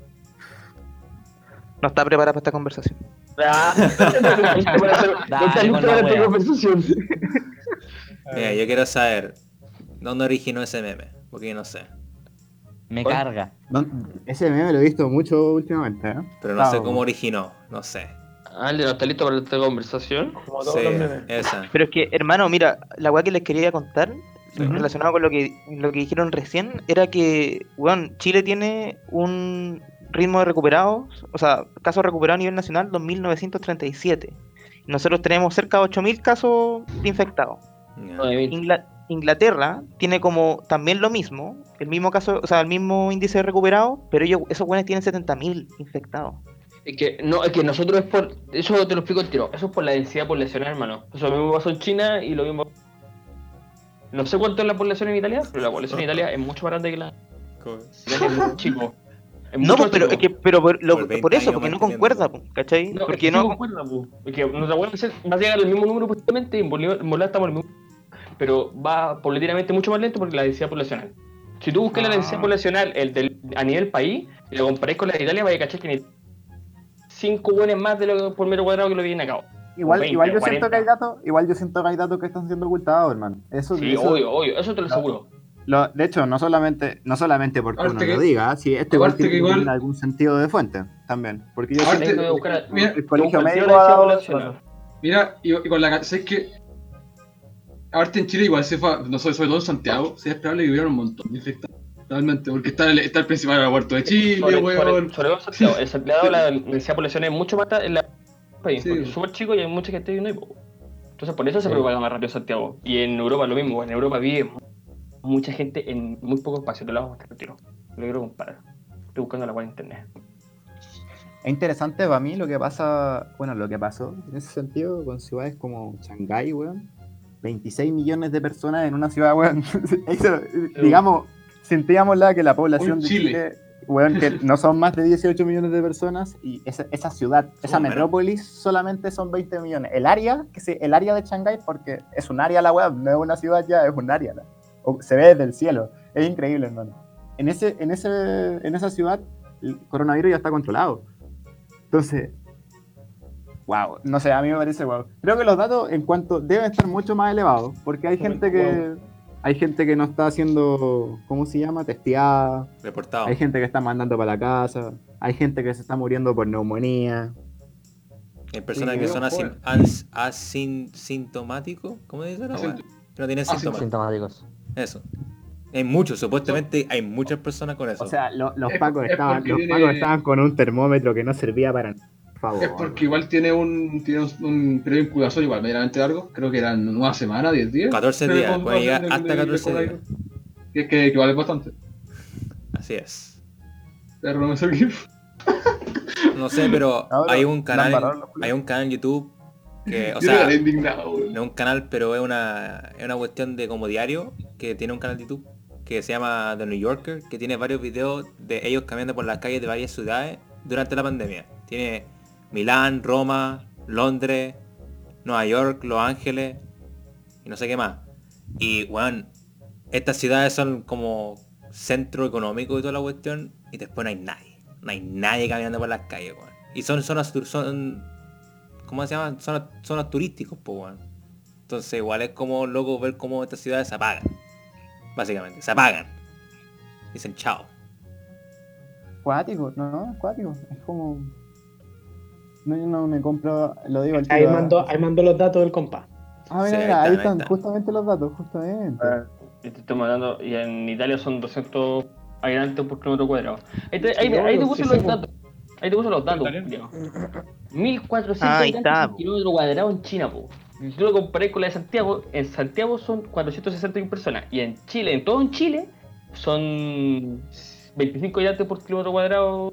S8: está preparada para esta conversación.
S2: Ah, no está listo
S5: Dale, con la
S2: para esta
S5: wea.
S2: conversación.
S3: Mira, yo quiero saber dónde originó ese meme, porque yo no sé.
S5: Me carga.
S1: Ese meme lo he visto mucho últimamente, ¿eh?
S3: Pero no sé cómo originó, no sé.
S2: Ale, ¿no está listo para esta conversación?
S4: Como todos
S3: Sí,
S4: los memes.
S3: esa.
S8: Pero es que, hermano, mira, la weá que les quería contar,
S3: Sí.
S8: relacionado con lo que dijeron recién, era que, weón, Chile tiene un ritmo de recuperados, o sea, casos recuperados a nivel nacional 2.937. Y nosotros tenemos cerca de 8.000 casos de infectados.
S3: Ya.
S2: 9.000.
S8: Inglaterra tiene como también lo mismo, el mismo caso, o sea, el mismo índice de recuperados, pero esos weones tienen 70.000 infectados.
S2: Es que nosotros es por. Eso te lo explico el tiro. Eso es por la densidad poblacional, hermano. Eso lo mismo pasó en China y lo mismo. No sé cuánto es la población en Italia, pero la población en Italia es mucho más grande que la. Italia es muy chico. Es
S8: No,
S2: mucho
S8: pues, pero,
S2: chico.
S8: es que, pero por,
S3: Por 20
S8: por eso,
S3: años
S8: porque no
S3: manteniendo.
S8: concuerda, po, ¿cachai?
S2: No, es
S8: Porque
S2: que sí
S8: no,
S2: concuerda, po. Es que nuestra weá va a llegar al mismo número posiblemente y en Bolivia estamos en el mismo. Pero va paulatinamente mucho más lento porque la densidad poblacional. Si tú buscas la densidad poblacional a nivel país y lo comparáis con la de Italia, vais a cachar que ni 5 buenos más de lo por metro cuadrado que lo vienen acá.
S1: Igual,
S2: 20,
S1: igual yo siento
S2: 40.
S1: que hay datos, igual yo siento que hay datos que están siendo ocultados, hermano.
S2: Sí, obvio, eso te lo aseguro.
S1: De hecho, no solamente porque
S6: Aparte
S1: uno lo
S6: que-
S1: diga, sí, esto igual
S6: aparte
S1: tiene
S6: que
S1: que
S6: igual-
S1: tener algún sentido de fuente también. Porque yo
S6: Aparte-
S1: siento
S2: Tengo que buscar
S6: mira,
S1: el colegio
S2: buscar el tiro
S1: médico
S2: de
S1: ha
S2: densidad
S1: dado
S2: poblacional.
S6: Mira, y con la ¿sabes qué? Aparte en Chile igual no sé, sobre todo en Santiago, se es probable que hubiera un montón de infectados. Realmente, porque está el principal aeropuerto de Chile, weón.
S2: Sobre todo Santiago. En Santiago la densidad poblacional es mucho más en la país,
S6: Sí.
S2: porque es súper chico y hay mucha gente viviendo ahí. Po. Entonces por eso se
S1: Sí.
S2: propaga más rápido Santiago. Y en Europa lo mismo, en Europa vive mucha gente en muy poco espacio. Te lo vamos a mostrar el tiro. Lo quiero comparar. Estoy buscando la web en internet.
S1: Es interesante para mí lo que pasa, bueno, lo que pasó en ese sentido con ciudades como Shanghái, weón. 26 millones de personas en una ciudad, weón. Eso, digamos, sentíamos que la población
S6: Un
S1: de
S6: Chile.
S1: Chile, weón, que no son más de 18 millones de personas y esa ciudad, esa
S3: menos.
S1: metrópolis solamente son 20 millones. El área de Shanghái, porque es un área la weón, no es una ciudad ya, es un área. Se ve desde el cielo. Es increíble, hermano. En esa ciudad el coronavirus ya está controlado. Entonces, wow, no sé, a mí me parece wow. Creo que los datos en cuanto deben estar mucho más elevados, porque hay gente que no está haciendo, ¿cómo se llama? Testeada.
S3: Reportado.
S1: Hay gente que está mandando para la casa. Hay gente que se está muriendo por neumonía.
S3: Hay personas
S1: Sí,
S3: que son
S6: joder.
S3: asintomáticos, ¿cómo dice la weá?
S6: Asinto-
S3: Que no tienen síntomas.
S5: Sintomáticos.
S3: Eso. Hay muchos, supuestamente hay muchas personas con eso.
S1: O sea, los
S6: Es-
S1: pacos
S6: es
S1: estaban,
S6: porque tiene-
S1: estaban con un termómetro que no servía para nada. Por favor.
S6: Es porque igual tiene un periodo de incubación igual medianamente largo, creo que eran una semana, 10 días.
S3: 14
S6: Pero
S3: días,
S6: con-
S3: puede llegar
S6: de-
S3: hasta
S6: de-
S3: 14
S6: de-
S3: días.
S6: Que igual es bastante.
S3: Así es.
S6: Pero no me sé qué.
S3: No sé, pero
S1: Ahora,
S3: hay un canal,
S1: la embarraron los culiados.
S3: hay un canal en YouTube que, o
S6: Yo
S3: sea,
S6: quedé indignado, weón.
S3: no es un canal, pero es una cuestión de como diario, que tiene un canal de YouTube que se llama The New Yorker, que tiene varios videos de ellos caminando por las calles de varias ciudades durante la pandemia. Tiene Milán, Roma, Londres, Nueva York, Los Ángeles y no sé qué más. Y bueno, estas ciudades son como centro económico y toda la cuestión, y después no hay nadie. No hay nadie caminando por las calles, weón. Y son ¿cómo se llaman? Zonas turísticos, pues, weón. Entonces igual es como loco ver cómo estas ciudades se apagan. Básicamente, se apagan. Dicen chao.
S1: Cuático, ¿no? Cuático. Es como... No, yo no me compro... Lo digo al
S4: Ahí
S1: tiro.
S4: mando los datos del compa.
S1: Ah, mira,
S3: Sí,
S1: mira, ahí
S3: ahí
S1: están
S3: están.
S1: justamente los datos, justamente.
S2: Y te estamos hablando, y en Italia son 200 habitantes por kilómetro cuadrado. Ahí te puse los datos. Ahí te puse los datos.
S4: Italiano.
S2: 1400
S8: Ahí
S2: habitantes
S8: está,
S2: por
S8: po.
S2: kilómetro cuadrado en China, po. Si tú lo comparas con la de Santiago, en Santiago son 461 personas. Y en Chile, en todo en Chile, son 25 habitantes por kilómetro cuadrado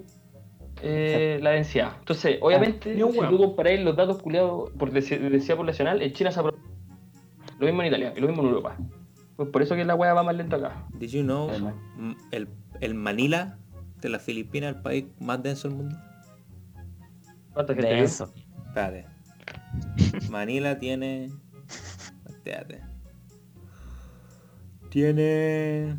S2: la densidad. Entonces, obviamente,
S4: ni un
S2: si
S4: huevo.
S2: tú comparáis los datos culiados por densidad poblacional, en China se aprueba. Lo mismo en Italia y lo mismo en Europa. Pues por eso que la weá va más lento acá.
S3: Did you know
S1: Bueno.
S3: el Manila de las Filipinas, el país más denso del mundo?
S2: ¿Cuánta gente
S5: De
S2: vive?
S5: eso.
S3: Espérate. Manila tiene... Espérate. Tiene...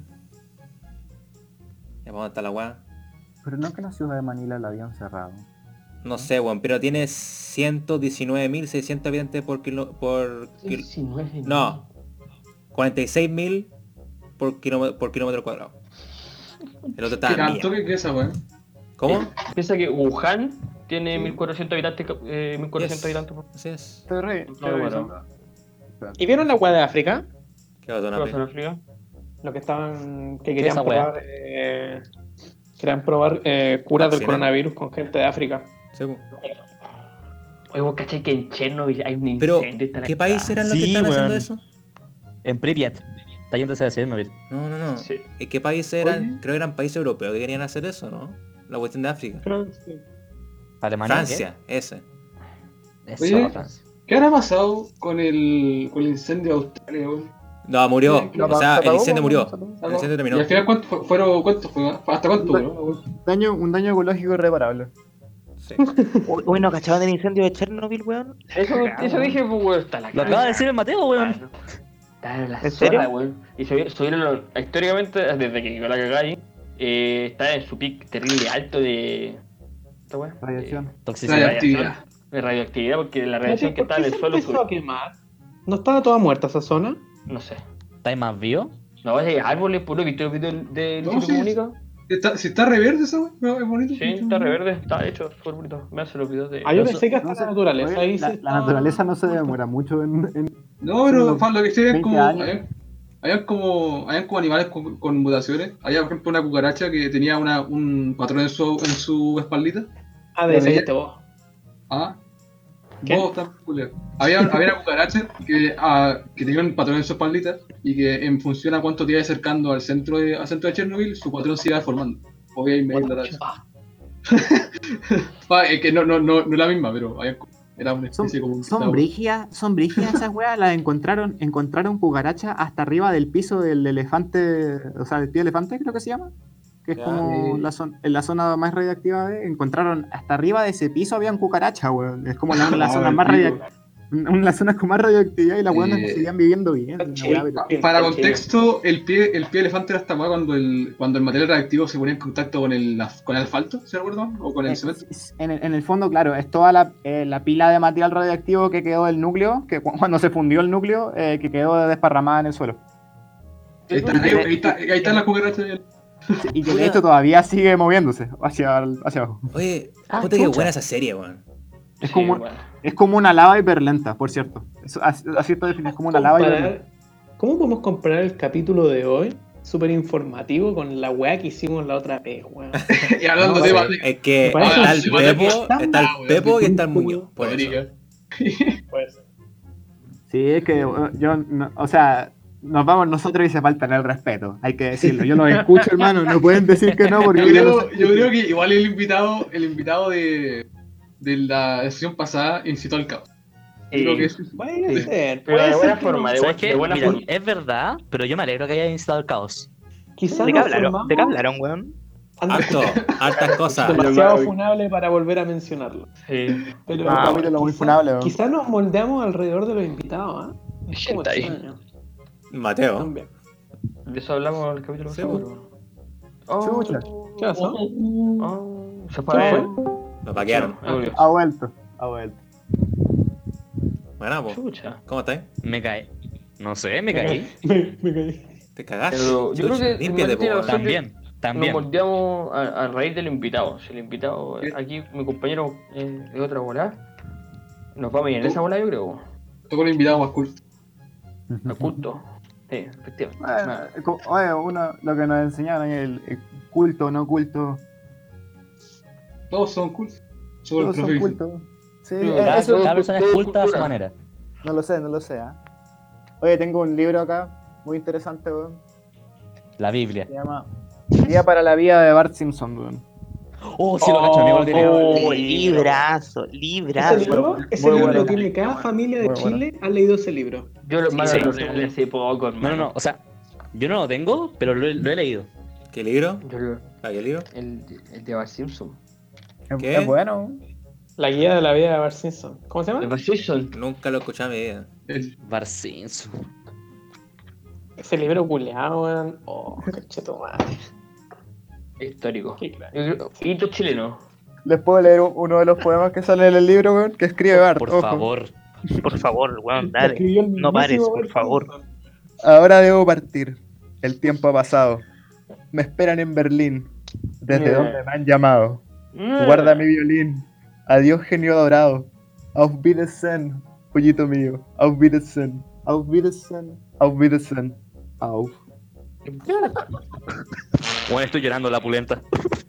S3: Ya, ¿dónde está la weá?
S1: Pero no que la ciudad de Manila la habían cerrado.
S3: No sé, weón, pero tiene 119.600 habitantes por kilo...
S2: 19,
S3: No. 46.000 por kilómetro cuadrado. El otro está
S6: ¿Qué
S3: en
S6: tanto
S3: milla.
S6: que es esa, weón?
S3: ¿Cómo?
S2: Piensa que Wuhan tiene
S1: Sí.
S2: 1400 habitantes. 1400
S3: Yes.
S2: habitantes.
S3: Así es.
S2: No, bueno.
S4: ¿Y vieron la weá de África?
S3: ¿Qué va a
S2: ¿Qué
S3: donar?
S2: pasa en África?
S4: Lo que estaban. Que
S5: ¿Qué
S4: querían
S5: es esa weá?
S4: probar. Querían probar curas del
S3: ¿Vacina?
S4: coronavirus con gente de África.
S3: Sí, po.
S2: Oye, vos cachai que en Chernobyl hay un
S3: Pero,
S2: incendio. está la
S3: ¿qué país
S2: cagada.
S3: eran los que
S5: Sí,
S3: estaban haciendo
S5: weón.
S3: eso?
S5: En Pripyat. Está yéndose a Chernobyl.
S3: No.
S2: Sí.
S3: ¿Qué país eran?
S6: Oye.
S3: Creo que eran países europeos que querían hacer eso, ¿no? La cuestión de África.
S5: Alemania.
S3: Francia, ese.
S5: ¿qué?
S6: Oye.
S5: Eso, Francia.
S6: ¿Qué habrá pasado con el incendio de Australia, weón?
S3: No, murió.
S6: No,
S3: O sea,
S1: se
S3: el
S1: apagó,
S3: incendio
S1: ¿no?
S3: murió.
S1: Se apagó.
S3: El incendio
S6: ¿Y
S3: terminó.
S6: al final cuánto fue? ¿Hasta cuánto duró, weón?
S1: Un daño ecológico irreparable.
S3: Sí.
S8: Uy, ¿no cachaban del incendio de Chernobyl, weón?
S2: Eso dije, pues, weón. Está la
S5: Lo
S2: cagada.
S5: acaba de decir el Mateo, weón.
S2: Bueno, está en la
S8: ¿En serio?
S2: zorra, weón. Y subieron históricamente, desde que llegó la cagada ahí, está en su pic terrible alto de. ¿Esta weón?
S1: Radiación.
S5: Toxicidad.
S6: Radioactividad.
S2: De radioactividad, porque la radiación que
S4: ¿Por
S2: está
S4: qué
S2: en el
S4: se
S2: suelo
S4: empezó a
S2: subió.
S4: quemar? ¿No estaba toda muerta esa zona?
S2: No sé.
S5: ¿Estáis más vivo?
S2: No, hay árboles, puro, ¿viste el video del
S6: No,
S2: Luisito
S6: sí.
S2: Comunica?
S6: Si está reverde esa, weón, ¿no? Es bonito.
S2: Sí, está reverde, está hecho, súper bonito. Me hace los videos de.
S4: Ah, yo
S1: No
S4: pensé que hasta
S1: No
S4: la
S1: sé,
S4: naturaleza ahí
S1: la,
S4: se
S1: la
S4: estaba-
S1: naturaleza no se demora mucho en
S6: No, pero
S1: unos
S6: Juan, lo que estoy es
S1: 20
S6: como.
S1: años.
S6: Habían como animales con mutaciones. Había, por ejemplo, una cucaracha que tenía un patrón en su espaldita.
S4: Ah, de ese viste vos.
S6: Ah,
S4: ¿Qué?
S6: vos tan culero. Había una cucaracha que tenía un patrón en su espaldita y que en función a cuánto te iba acercando al centro de Chernobyl, su patrón se iba formando. Podía ir medio es que no es la misma, pero era una especie como un
S1: Son brígidas esas weas, las encontraron cucaracha hasta arriba del piso del elefante, o sea, del pie de elefante creo que se llama, que es
S3: Ya.
S1: como en la zona más radiactiva encontraron hasta arriba de ese piso habían cucaracha, weón, es como la zona más radiactiva. Una zona con más radioactividad y las weonas seguían viviendo bien. una
S4: sí.
S1: wea, pero-
S6: Para contexto, el pie de elefante era esta weá cuando el material radioactivo se ponía en contacto con el asfalto, ¿se recuerdan? O con el cemento.
S1: En el fondo, claro, es toda la pila de material radioactivo que quedó del núcleo, que cuando se fundió el núcleo, que quedó desparramada en el suelo.
S6: Ahí están las cucarachas.
S1: Y que de hecho todavía sigue moviéndose hacia abajo.
S3: Oye,
S5: Ah,
S3: puta que
S5: chucha.
S3: buena esa serie, weón.
S1: Es
S2: Sí,
S1: como,
S2: bueno.
S1: es como una lava hiperlenta, por cierto. Así está definido, es como una lava hiperlenta.
S4: ¿Cómo podemos comparar el capítulo de hoy, súper informativo, con la weá que hicimos la otra vez, weón?
S6: Y hablando
S1: No,
S6: de
S1: sí.
S3: Es que
S4: Me parece
S3: está el
S6: que
S3: Pepo,
S6: está
S3: está el
S6: weón.
S3: Pepo y está el Muñoz. Por eso.
S4: Pues,
S1: Sí, es que o sea, nos vamos nosotros y se faltan el respeto, hay que decirlo. Yo los escucho, hermano, no pueden decir que no porque
S6: Yo creo que igual el invitado de la sesión pasada incitó al caos.
S2: Sí.
S6: Creo que
S4: puede
S2: Sí.
S4: ser.
S2: Pero
S4: Puede
S2: de
S4: ser
S2: buena
S4: que
S2: forma,
S4: no.
S5: ¿Sabes qué?
S2: de buena
S5: Mira,
S2: forma.
S5: es verdad, pero yo me alegro que haya instado el caos.
S4: Quizás
S8: ¿De qué
S4: nos
S8: hablaron?
S4: formamos
S8: ¿De qué hablaron, weón?
S3: Hartas cosas.
S4: demasiado funable para volver a mencionarlo.
S2: Sí.
S4: Pero
S1: Un capítulo muy funable, weón.
S4: quizás nos moldeamos alrededor de los invitados, ¿ah? Como
S2: Está ahí.
S4: extraño.
S3: Mateo.
S4: También.
S2: De eso hablamos en el capítulo
S3: Sí,
S2: pasado.
S1: Chucha.
S4: ¿Qué pasó?
S2: ¿Se fue?
S3: Lo paquearon.
S1: Ha vuelto.
S3: Bueno, pues.
S2: Chucha.
S3: ¿Cómo estáis?
S5: Me cae. No sé, me caí.
S4: Me caí.
S3: Te cagaste.
S2: Pero yo creo que
S3: Límpiate,
S2: el Manuel tiene
S3: po,
S2: razón.
S5: También,
S2: Nos
S5: también.
S2: moldeamos a raíz del invitado. Si el invitado, aquí mi compañero es otra bola, nos vamos a ir en esa bola, yo creo.
S6: tocó el invitado más cool.
S2: A culto. Sí, efectivamente.
S1: Lo que nos enseñaron ahí, el culto, no culto.
S6: Todos son cool. Solo el
S1: Todos son
S6: profe.
S1: cultos. Sí,
S2: Sí,
S5: Cada,
S1: eso
S5: cada persona es
S2: todo
S5: culta a su
S2: cultura.
S5: manera.
S1: no lo sé. ¿Ah? Oye, tengo un libro acá, muy interesante, weón.
S5: La Biblia.
S1: Se llama Guía para la vida de Bart Simpson, weón.
S5: Oh, sí, lo cacho, amigo, lo tiene.
S8: Oh, librazo.
S4: Ese libro,
S1: Muy bueno.
S4: tiene cada familia de
S1: Muy bueno.
S4: Chile ha leído ese libro.
S2: Yo lo
S5: Sí,
S2: malo
S5: sí,
S2: lo
S5: sí.
S2: regalé hace poco,
S5: No,
S2: hermano.
S5: o sea, yo no lo tengo, pero lo he leído.
S3: ¿Qué libro?
S2: Yo lo-
S3: ¿Para qué libro?
S2: el de Bart Simpson.
S3: ¿Qué?
S1: Es bueno.
S4: La guía de la vida de Bart Simpson. ¿Cómo se
S2: ¿De
S4: llama?
S2: Bart Simpson?
S3: Nunca lo escuché en mi vida.
S5: Bar Simpson.
S4: Ese libro culeado, weón. Oh, cacheto madre.
S2: Histórico.
S4: Qué crack.
S2: Yo creo- Hito chileno.
S1: Les puedo leer uno de los poemas que sale en el libro, weón, que escribe Bart.
S5: Por
S1: ojo.
S5: favor.
S8: Por favor, weón, dale.
S4: Escribió el
S8: No pares,
S4: mismísimo
S8: por
S4: Bart
S8: favor.
S4: Simpson.
S1: Ahora debo partir. El tiempo ha pasado. Me esperan en Berlín. Desde donde me han llamado. Guarda mi violín. Adiós, genio dorado. Auf Wiedersehen, pollito mío. Auf Wiedersehen. Auf Wiedersehen. Auf Wiedersehen. Auf.
S5: Bueno, estoy llorando la pulenta.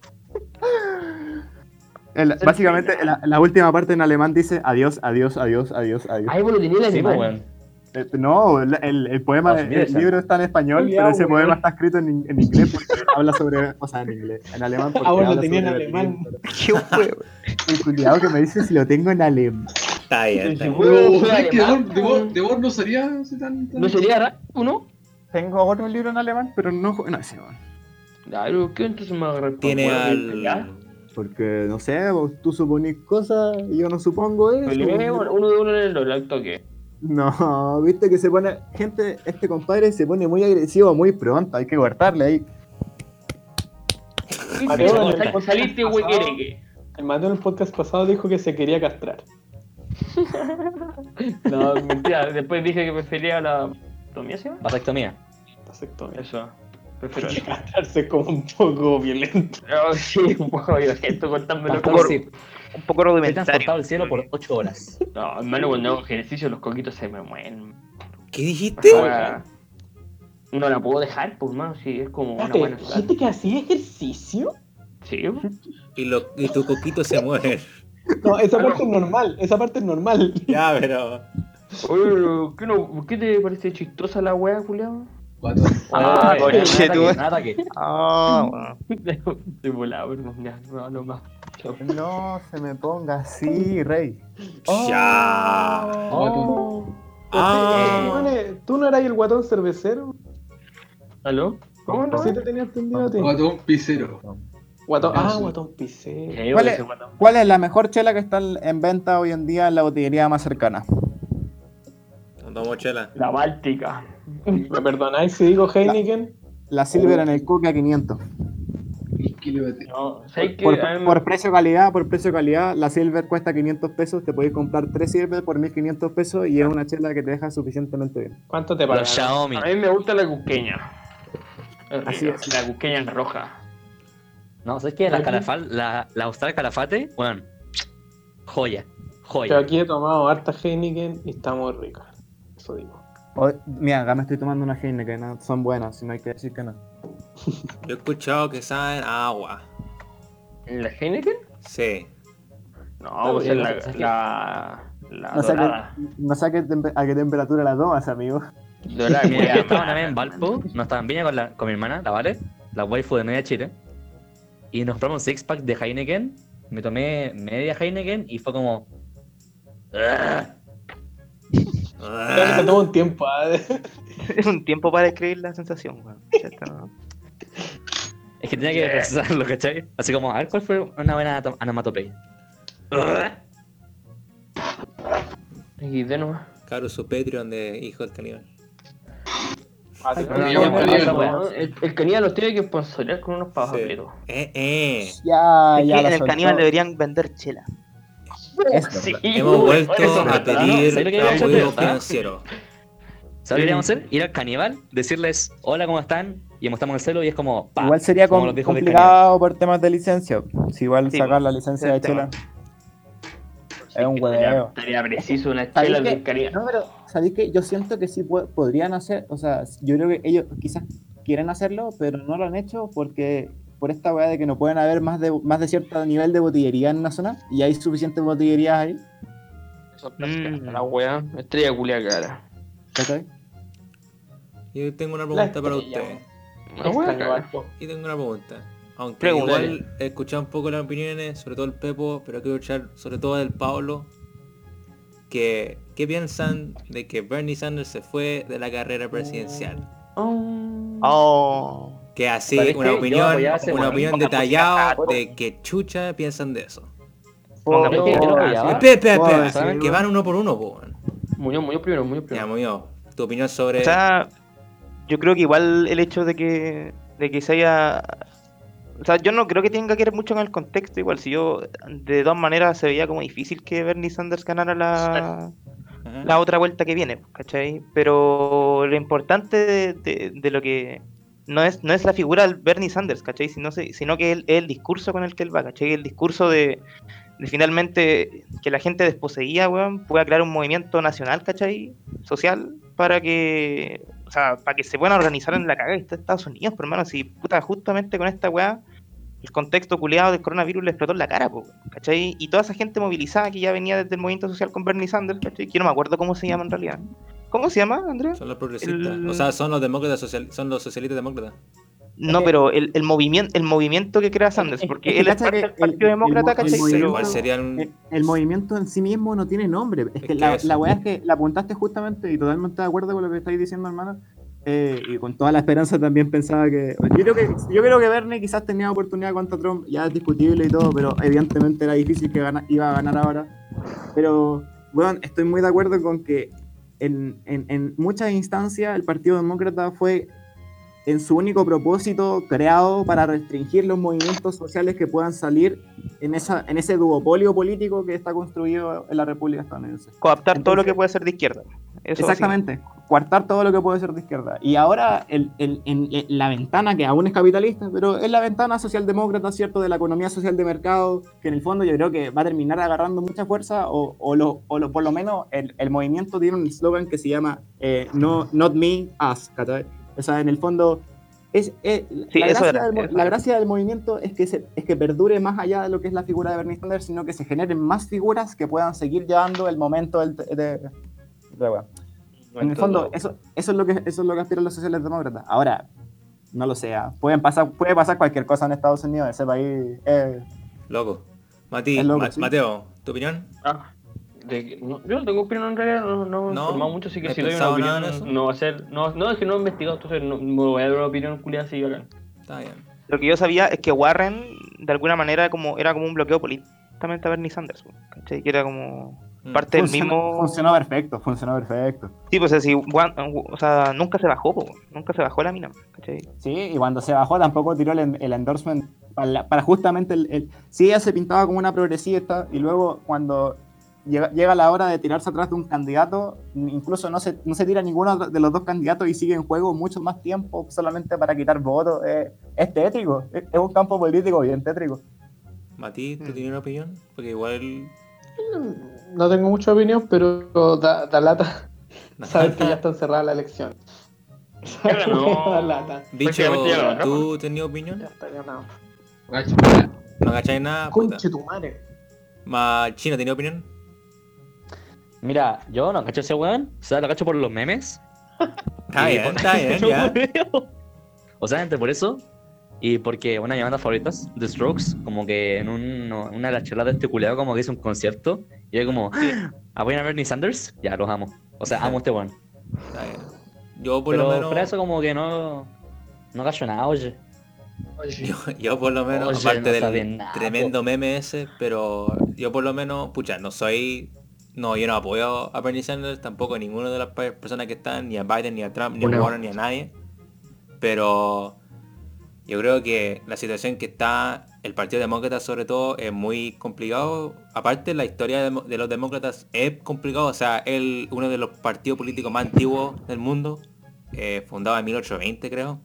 S1: Básicamente, la última parte en alemán dice adiós, adiós, adiós, adiós, adiós.
S2: Ay, bueno, tenía el
S5: Sí, pues,
S2: animal.
S5: weón.
S1: No, el poema,
S5: Auf
S1: el
S5: Wiedersehen.
S1: libro está en español,
S4: Oye,
S1: pero ese
S4: weón.
S1: poema está escrito en inglés porque habla sobre, o sea, en inglés, en alemán porque
S4: Ahora lo
S1: habla
S4: tenía en
S1: sobre
S4: alemán.
S8: Qué huevo.
S1: el culiado que me dice si lo tengo en alemán.
S3: Está bien, está
S2: Sí,
S3: bien.
S6: Pero,
S2: Bueno,
S6: ¿sabes que
S2: alemán,
S6: de vos no sería así tan...
S2: ¿No sería raro, no?
S1: Tengo otro libro en alemán, pero no ese, weón.
S2: Claro, ¿qué entonces me agarré por
S3: Tiene
S2: huevo?
S3: al...
S1: Porque, no sé, vos, tú suponís cosas y yo no supongo eso.
S2: Uno de uno en el LOL, al toque.
S1: No, viste que se pone, este compadre se pone muy agresivo muy pronto, hay que guardarle ahí.
S4: Mateo, en el
S2: Saliste, güey,
S4: pasado-
S2: que
S4: El Mateo en el podcast pasado dijo que se quería castrar.
S2: No, mentira. Después dije que prefería la vasectomía, ¿sí?
S5: Vasectomía.
S4: Vasectomía.
S2: Eso. Prefiero
S4: Porque
S2: eso.
S4: castrarse es como un poco violento.
S2: No, sí, un poco violento contármelo.
S5: Pastor, sí.
S8: Un poco
S5: He
S8: rudimentario.
S5: transportado al cielo por 8 horas.
S2: No, hermano, cuando hago ejercicio los coquitos se me mueren.
S3: ¿Qué dijiste?
S2: Ahora, no la puedo dejar, pues, hermano, sí, es como una buena ciudad.
S4: ¿Gente que hacía ejercicio?
S2: Sí,
S3: Y tu coquito se mueve.
S4: No, esa parte es normal, esa parte es normal.
S3: Ya, pero...
S2: Oye, ¿por qué te parece chistosa la wea, culiao?
S6: Guatón.
S2: Ah,
S5: Oye,
S2: coño,
S8: che, tú.
S5: nada que.
S8: Ah, bueno.
S2: Estoy volado, perdón, ya, no más. Chao.
S1: No se me ponga así, rey.
S3: Ya.
S4: Oh.
S3: Ah.
S4: Mane, ¿tú no eras el guatón cervecero?
S2: ¿Aló? ¿Cómo no?
S4: Sí te tenía entendido a ti.
S6: Guatón pisero.
S4: Guatón,
S6: Eso.
S4: guatón pisero.
S2: Sí,
S1: ¿Cuál
S2: oye,
S1: es?
S2: ese guatón.
S1: ¿Cuál es la mejor chela que está en venta hoy en día en la botillería más cercana?
S3: No tomo chela.
S2: La Báltica.
S4: ¿Me perdonáis si digo Heineken?
S1: La Silver en el Coque a 500.
S6: Kilómetros.
S2: No, ¿sabes qué?
S1: Por,
S2: A mí me-
S1: por precio calidad, la Silver cuesta 500 pesos, te podéis comprar 3 Silver por 1500 pesos y es una chela que te deja suficientemente bien.
S4: ¿Cuánto te
S5: Los
S4: pagan?
S5: Xiaomi.
S2: A mí me gusta la cusqueña. Es
S1: Así
S2: rica,
S1: es.
S2: la cusqueña roja.
S5: No, ¿sabes qué? La Austral Calafate, bueno, joya.
S4: Yo
S5: Joya.
S4: aquí he tomado harta Heineken y está muy rica. Eso digo.
S1: Mira, acá me estoy tomando una Heineken, ¿no? Son buenas, si no hay que decir que no.
S3: Yo he escuchado que saben a agua.
S2: ¿La Heineken?
S3: Sí.
S2: No, pues
S5: Pero,
S2: es
S5: ¿sabes qué?
S2: la
S1: No sé,
S2: dorada.
S1: no sé a qué temperatura la tomas, amigo.
S2: Dorada,
S5: Mira,
S2: culiao.
S5: estaba una vez en Valpo, no estaba en Viña con mi hermana, la Vale, la waifu de media Chile. Y nos compramos un 6-pack de Heineken. Me tomé media Heineken y fue como. "Ugh".
S4: Me
S3: Ah,
S4: tomó un tiempo.
S8: Es un tiempo para describir la sensación, weón. Ya está, ¿no?
S5: Es que tenía que pensarlo, ¿cachai? Así como, a ver cuál fue una buena onomatopeya. "Ugh".
S2: Y de nuevo.
S3: Caro, su Patreon de Hijo del Caníbal.
S2: El canilla los tiene que sponsorear con unos pavos
S3: Sí.
S2: apletos.
S1: Ya,
S8: Es
S1: ya
S8: que
S1: la
S8: en el
S1: soltó.
S8: caníbal deberían vender chela.
S1: Esto.
S2: Sí,
S3: Hemos
S2: güey,
S3: vuelto
S2: eso
S3: a
S2: me atrás.
S5: ¿sabes
S3: pedir
S5: lo que había hecho,
S3: apoyo
S5: verdad?
S3: financiero.
S5: ¿Sabes qué queríamos hacer? Ir al caníbal, decirles, hola, ¿cómo están? Y mostramos el celo y es como, pa,
S1: Igual sería
S5: como los viejos del
S1: complicado por temas de licencia. Si igual
S8: Sí,
S1: sacar la licencia de
S8: ese es el
S1: chela es un hueveo.
S2: Estaría preciso una
S1: ¿Sabéis
S2: chela
S1: qué?
S2: del canilla.
S1: No, pero ¿sabéis qué? Yo siento que sí podrían hacer, o sea, yo creo que ellos quizás quieren hacerlo, pero no lo han hecho porque por esta weá de que no pueden haber más de cierto nivel de botillería en una zona y hay suficientes botillerías ahí.
S2: La wea, estrella culia cara.
S1: ¿Cachai?
S3: Yo tengo una pregunta para
S4: estrella,
S3: usted.
S2: La wea cara.
S3: Y tengo una pregunta. Aunque
S8: Pregúntale.
S3: igual he escuchado un poco las opiniones, sobre todo el Pepo, pero quiero escuchar sobre todo del Pablo. ¿Qué piensan de que Bernie Sanders se fue de la carrera presidencial?
S8: Oh.
S3: Que así,
S5: ¿Sabes
S3: una
S5: qué? Yo
S3: opinión,
S5: apoyaba ese
S3: una
S5: weón.
S3: opinión detallada de qué chucha piensan de eso.
S5: ¿Sabes qué? Yo lo apoyaba.
S3: Espera,
S1: ¿sabes?
S3: que van uno por uno, po. weón.
S2: Muñoz primero, Muñoz
S3: Ya,
S2: primero.
S3: Muñoz, tu opinión sobre...
S8: O sea, yo creo que igual el hecho de que se haya... O sea, yo no creo que tenga que ver mucho con el contexto. Igual, si yo de todas maneras se veía como difícil que Bernie Sanders ganara
S3: Ajá.
S8: la otra vuelta que viene, ¿cachai? Pero lo importante de lo que... No es la figura del Bernie Sanders, ¿cachai? Sino que el discurso con el que él va, ¿cachai? El discurso de finalmente que la gente desposeída, weón, pueda crear un movimiento nacional, ¿cachai? Social, para que, o sea, para que se puedan organizar en la cagada de Estados Unidos, por hermano, si puta, justamente con esta weá, el contexto culiado del coronavirus le explotó en la cara, po, ¿cachai? Y toda esa gente movilizada que ya venía desde el movimiento social con Bernie Sanders, ¿cachai? Que yo no me acuerdo cómo se llama en realidad. ¿Cómo se llama, Andrea?
S3: Son los progresistas.
S8: El-
S3: O sea, son los demócratas son los socialistas demócratas.
S8: No, pero el movimiento que crea Sanders, porque
S1: que
S8: él es
S1: cacha
S8: parte
S1: que
S8: del Partido Demócrata, ¿cachai?
S1: movimiento-
S8: Pero
S3: ¿Cuál sería un...
S1: el movimiento en sí mismo no tiene nombre. Es que
S3: que
S1: la
S3: eso.
S1: weá es que la apuntaste justamente y totalmente de acuerdo con lo que estáis diciendo, hermano. Y con toda la esperanza también pensaba que. Yo creo que Bernie quizás tenía oportunidad contra Trump, ya es discutible y todo, pero evidentemente era difícil que iba a ganar ahora. Pero, bueno, estoy muy de acuerdo con que en muchas instancias el Partido Demócrata fue en su único propósito creado para restringir los movimientos sociales que puedan salir en ese duopolio político que está construido en la República Estadounidense.
S8: coaptar todo lo
S1: Entonces,
S8: que puede ser de izquierda. Eso
S1: exactamente, coartar todo lo que puede ser de izquierda. Y ahora en la ventana, que aún es capitalista, pero es la ventana socialdemócrata, ¿cierto? De la economía social de mercado, que en el fondo yo creo que va a terminar agarrando mucha fuerza, por lo menos el movimiento tiene un eslogan que se llama no, Not Me, Us, ¿cachai? O sea, en el fondo,
S8: Sí, eso era.
S1: la gracia del movimiento es que perdure más allá de lo que es la figura de Bernie Sanders, sino que se generen más figuras que puedan seguir llevando el momento bueno. En el fondo, eso es lo que aspiran los socialdemócratas. Ahora, no lo sé, puede pasar cualquier cosa en Estados Unidos, ese país
S3: Loco.
S1: Es loco, sí.
S3: Mateo, ¿tu opinión?
S2: Yo no tengo opinión en realidad, no me he
S3: ¿No?
S2: informado mucho, así que
S3: ¿Has
S2: si doy una
S3: pensado nada
S2: opinión,
S3: en eso?
S2: no va a ser. No, es que no he investigado, entonces no me voy a dar una opinión culiada así bacán.
S3: Está bien.
S8: Lo que yo sabía es que Warren, de alguna manera, era como un bloqueo políticamente a Bernie Sanders, ¿cachai? Que era como parte del mismo...
S1: funcionó perfecto.
S8: Sí, pues así, o sea, nunca se bajó, nunca se bajó la mina, ¿cachai?
S1: Sí, y cuando se bajó tampoco tiró el endorsement para justamente sí, ella se pintaba como una progresista y luego cuando llega la hora de tirarse atrás de un candidato, incluso no se tira ninguno de los dos candidatos y sigue en juego mucho más tiempo solamente para quitar votos. Es tétrico, es un campo político bien tétrico.
S3: Mati, ¿tú tienes una opinión? Porque igual...
S7: No tengo mucha opinión, pero da lata saber que ya está encerrada la elección.
S2: Ya ganó.
S7: Da lata.
S3: Bicho,
S2: Prácticamente ya ganó,
S3: ¿tú tenías opinión?
S7: Ya está ganado.
S6: Gacho.
S3: ¿No cacháis nada? Puta.
S7: Conche tu madre.
S3: Chino, ¿tenía opinión?
S5: Mira, yo no cacho ese weón, o sea, lo cacho por los memes.
S3: Está
S5: Y
S3: bien,
S5: por-
S3: está bien,
S5: Yo
S3: ya.
S5: creo. O sea, entre por eso. Y porque una de mis bandas favoritas, The Strokes, como que en una de las charlas de este culiado como que hizo un concierto. Y yo como, ¿apoyan a Bernie Sanders? Ya, los amo. O sea, amo a este weón.
S3: Está bien. Yo por
S5: Pero
S3: lo menos...
S5: fuera de eso como que no cacho nada, oye.
S3: Yo por lo menos,
S5: Oye,
S3: aparte
S5: no sabe
S3: del
S5: nada,
S3: tremendo meme ese, pero yo por lo menos, pucha, no soy... No, yo no apoyo a Bernie Sanders, tampoco a ninguna de las personas que están, ni a Biden, ni a Trump, ni a Warren, ni a nadie. Pero yo creo que la situación que está el Partido Demócrata sobre todo es muy complicado. Aparte la historia de los demócratas es complicado, o sea, uno de los partidos políticos más antiguos del mundo, fundado en 1820 creo.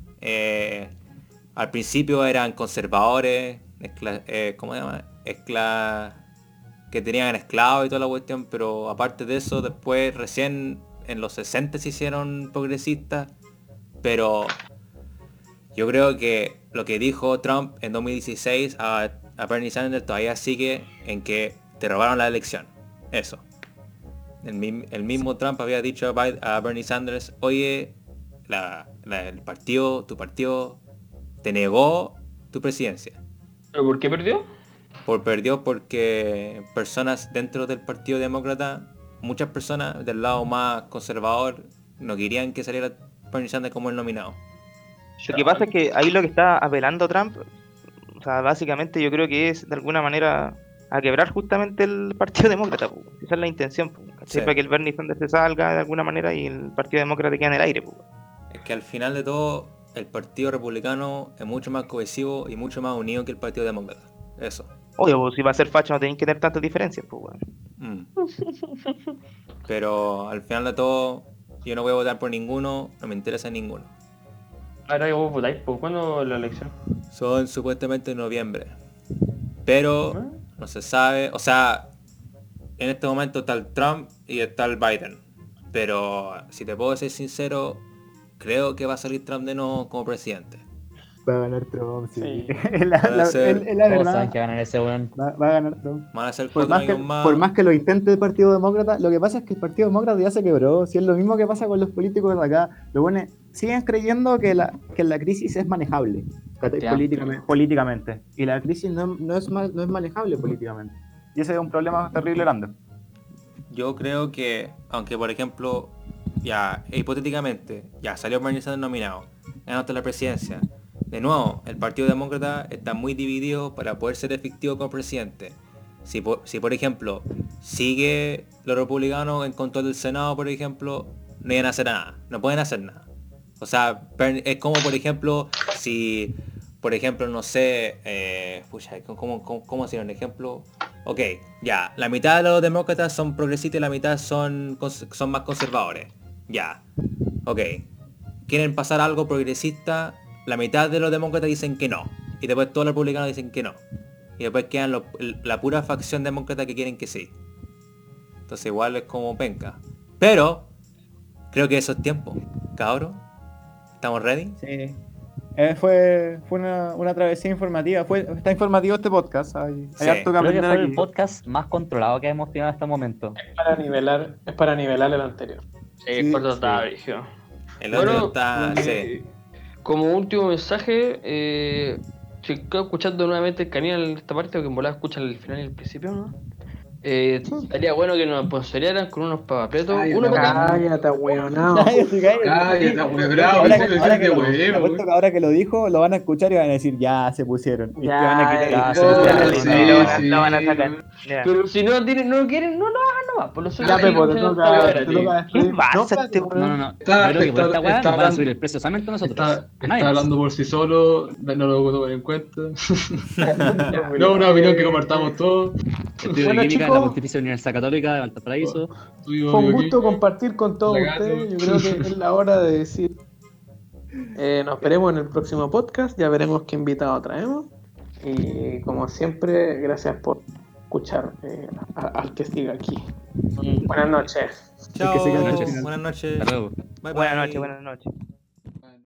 S3: Al principio eran conservadores, ¿cómo se llama? Que tenían esclavos y toda la cuestión, pero aparte de eso, después recién en los 60 se hicieron progresistas, pero yo creo que lo que dijo Trump en 2016 a Bernie Sanders todavía sigue en que te robaron la elección. Eso. El mismo Trump había dicho a Bernie Sanders, oye, tu partido te negó tu presidencia.
S2: ¿Pero por qué perdió?
S3: Perdió porque personas dentro del Partido Demócrata, muchas personas del lado más conservador, no querían que saliera Bernie Sanders como el nominado.
S8: Lo que pasa es que ahí lo que está apelando Trump, o sea, básicamente yo creo que es de alguna manera a quebrar justamente el Partido Demócrata, po. Esa es la intención, po, ¿cachai?
S3: Sí.
S8: Para que el Bernie Sanders se salga de alguna manera y el Partido Demócrata quede en el aire, po.
S3: Es que al final de todo, el Partido Republicano es mucho más cohesivo y mucho más unido que el Partido Demócrata. Eso.
S8: Obvio, po, si va a ser facho no tenéis que tener tantas diferencias, pues, weón.
S3: Mm. Pero al final de todo, yo no voy a votar por ninguno, no me interesa ninguno.
S2: Ahora que vos votáis, ¿por cuándo la elección?
S3: Son supuestamente en noviembre. Pero no se sabe. O sea, en este momento está el Trump y está el Biden. Pero si te puedo ser sincero, creo que va a salir Trump de nuevo como presidente.
S1: Va a ganar Trump, sí.
S7: Sí.
S1: Es la
S3: Puede ser.
S1: verdad.
S5: Todos saben que van a ganar ese weón.
S1: Va a ganar Trump.
S3: Van a ser
S1: Por
S3: 4
S1: más, que,
S3: años más.
S1: por más que lo intente el Partido Demócrata, lo que pasa es que el Partido Demócrata ya se quebró. Si es lo mismo que pasa con los políticos de acá. Lo bueno, siguen creyendo que la crisis es manejable
S5: Ya.
S1: políticamente. Y la crisis no es manejable políticamente. Y ese es un problema terrible grande.
S3: Yo creo que, aunque por ejemplo, ya hipotéticamente, ya salió Bernie Sanders nominado, ganaste la presidencia. De nuevo, el Partido Demócrata está muy dividido para poder ser efectivo como presidente. Si por ejemplo, sigue los republicanos en control del Senado, por ejemplo, no iban a hacer nada. No pueden hacer nada. O sea, es como por ejemplo, si, por ejemplo, no sé, ¿cómo hacer un ejemplo? Ok, ya, la mitad de los demócratas son progresistas y la mitad son más conservadores. Ya, ok. Quieren pasar algo progresista, la mitad de los demócratas dicen que no. Y después todos los republicanos dicen que no. Y después quedan la pura facción demócrata que quieren que sí. Entonces igual es como penca. Pero, creo que eso es tiempo. Cabros, ¿estamos ready?
S1: Sí. Fue una travesía informativa. Está informativo este podcast. Hay
S3: Sí.
S1: harto que
S5: Creo que
S1: aprender
S5: fue el
S1: aquí.
S5: podcast más controlado que hemos tenido hasta el momento.
S7: Es para nivelar el anterior.
S2: Sí,
S1: Sí,
S2: corto
S1: sí.
S2: está, brígido.
S3: El
S2: Bueno,
S3: otro está... Sí.
S2: como último mensaje, si quedo escuchando nuevamente el canal en esta parte, porque en volada escuchan el final y el principio, ¿no? Estaría bueno que nos sponsoriaran con unos papapretos.
S6: Ay,
S2: Uno para cada...
S7: Cállate, weonao.
S6: Cállate, weón, bravo,
S1: Ahora
S6: eso
S1: que-
S6: es
S1: ahora
S6: de
S1: que lo-
S6: huevo,
S1: apuesto
S6: weón.
S1: que ahora que lo dijo, lo van a escuchar y van a decir, ya se pusieron. Y
S7: Ya,
S1: te van a quitar
S5: ya,
S1: el-
S5: se
S6: Oh,
S5: pusieron.
S6: sí,
S7: Lo van a
S6: sí,
S7: sacar.
S6: weón.
S7: Ya.
S2: Pero si no quieren, no lo hagan nomás. Por lo
S7: Ya, Pepo, te toca despedir.
S8: Pasa este
S5: No,
S8: weón.
S5: no.
S6: Está-
S5: Yo creo que por esta
S6: está-
S5: weá
S6: está
S5: nos van a
S6: hablando-
S5: subir el precio solamente a nosotros.
S6: Está,
S5: A
S6: está
S5: nadie más.
S6: hablando por sí solo, no lo tomen en cuenta. No, una opinión que compartamos todos.
S5: Estudio
S7: Bueno,
S5: de química en la
S7: chicos.
S5: Pontificia Universidad Católica de Valparaíso.
S6: Tú y yo,
S7: Fue un
S6: amigo, aquí.
S7: gusto compartir con todos
S6: Lagarto.
S7: ustedes. Yo creo que es la hora de decir. Nos veremos en el próximo podcast. Ya veremos qué invitado traemos. Y como siempre, gracias por escuchar al que siga aquí. Buenas noches.
S3: Chao.
S1: que se quede
S5: hasta el
S3: Buenas noches.
S5: Hasta luego.
S3: Bye,
S8: Buenas
S3: bye.
S8: noches, buenas noches.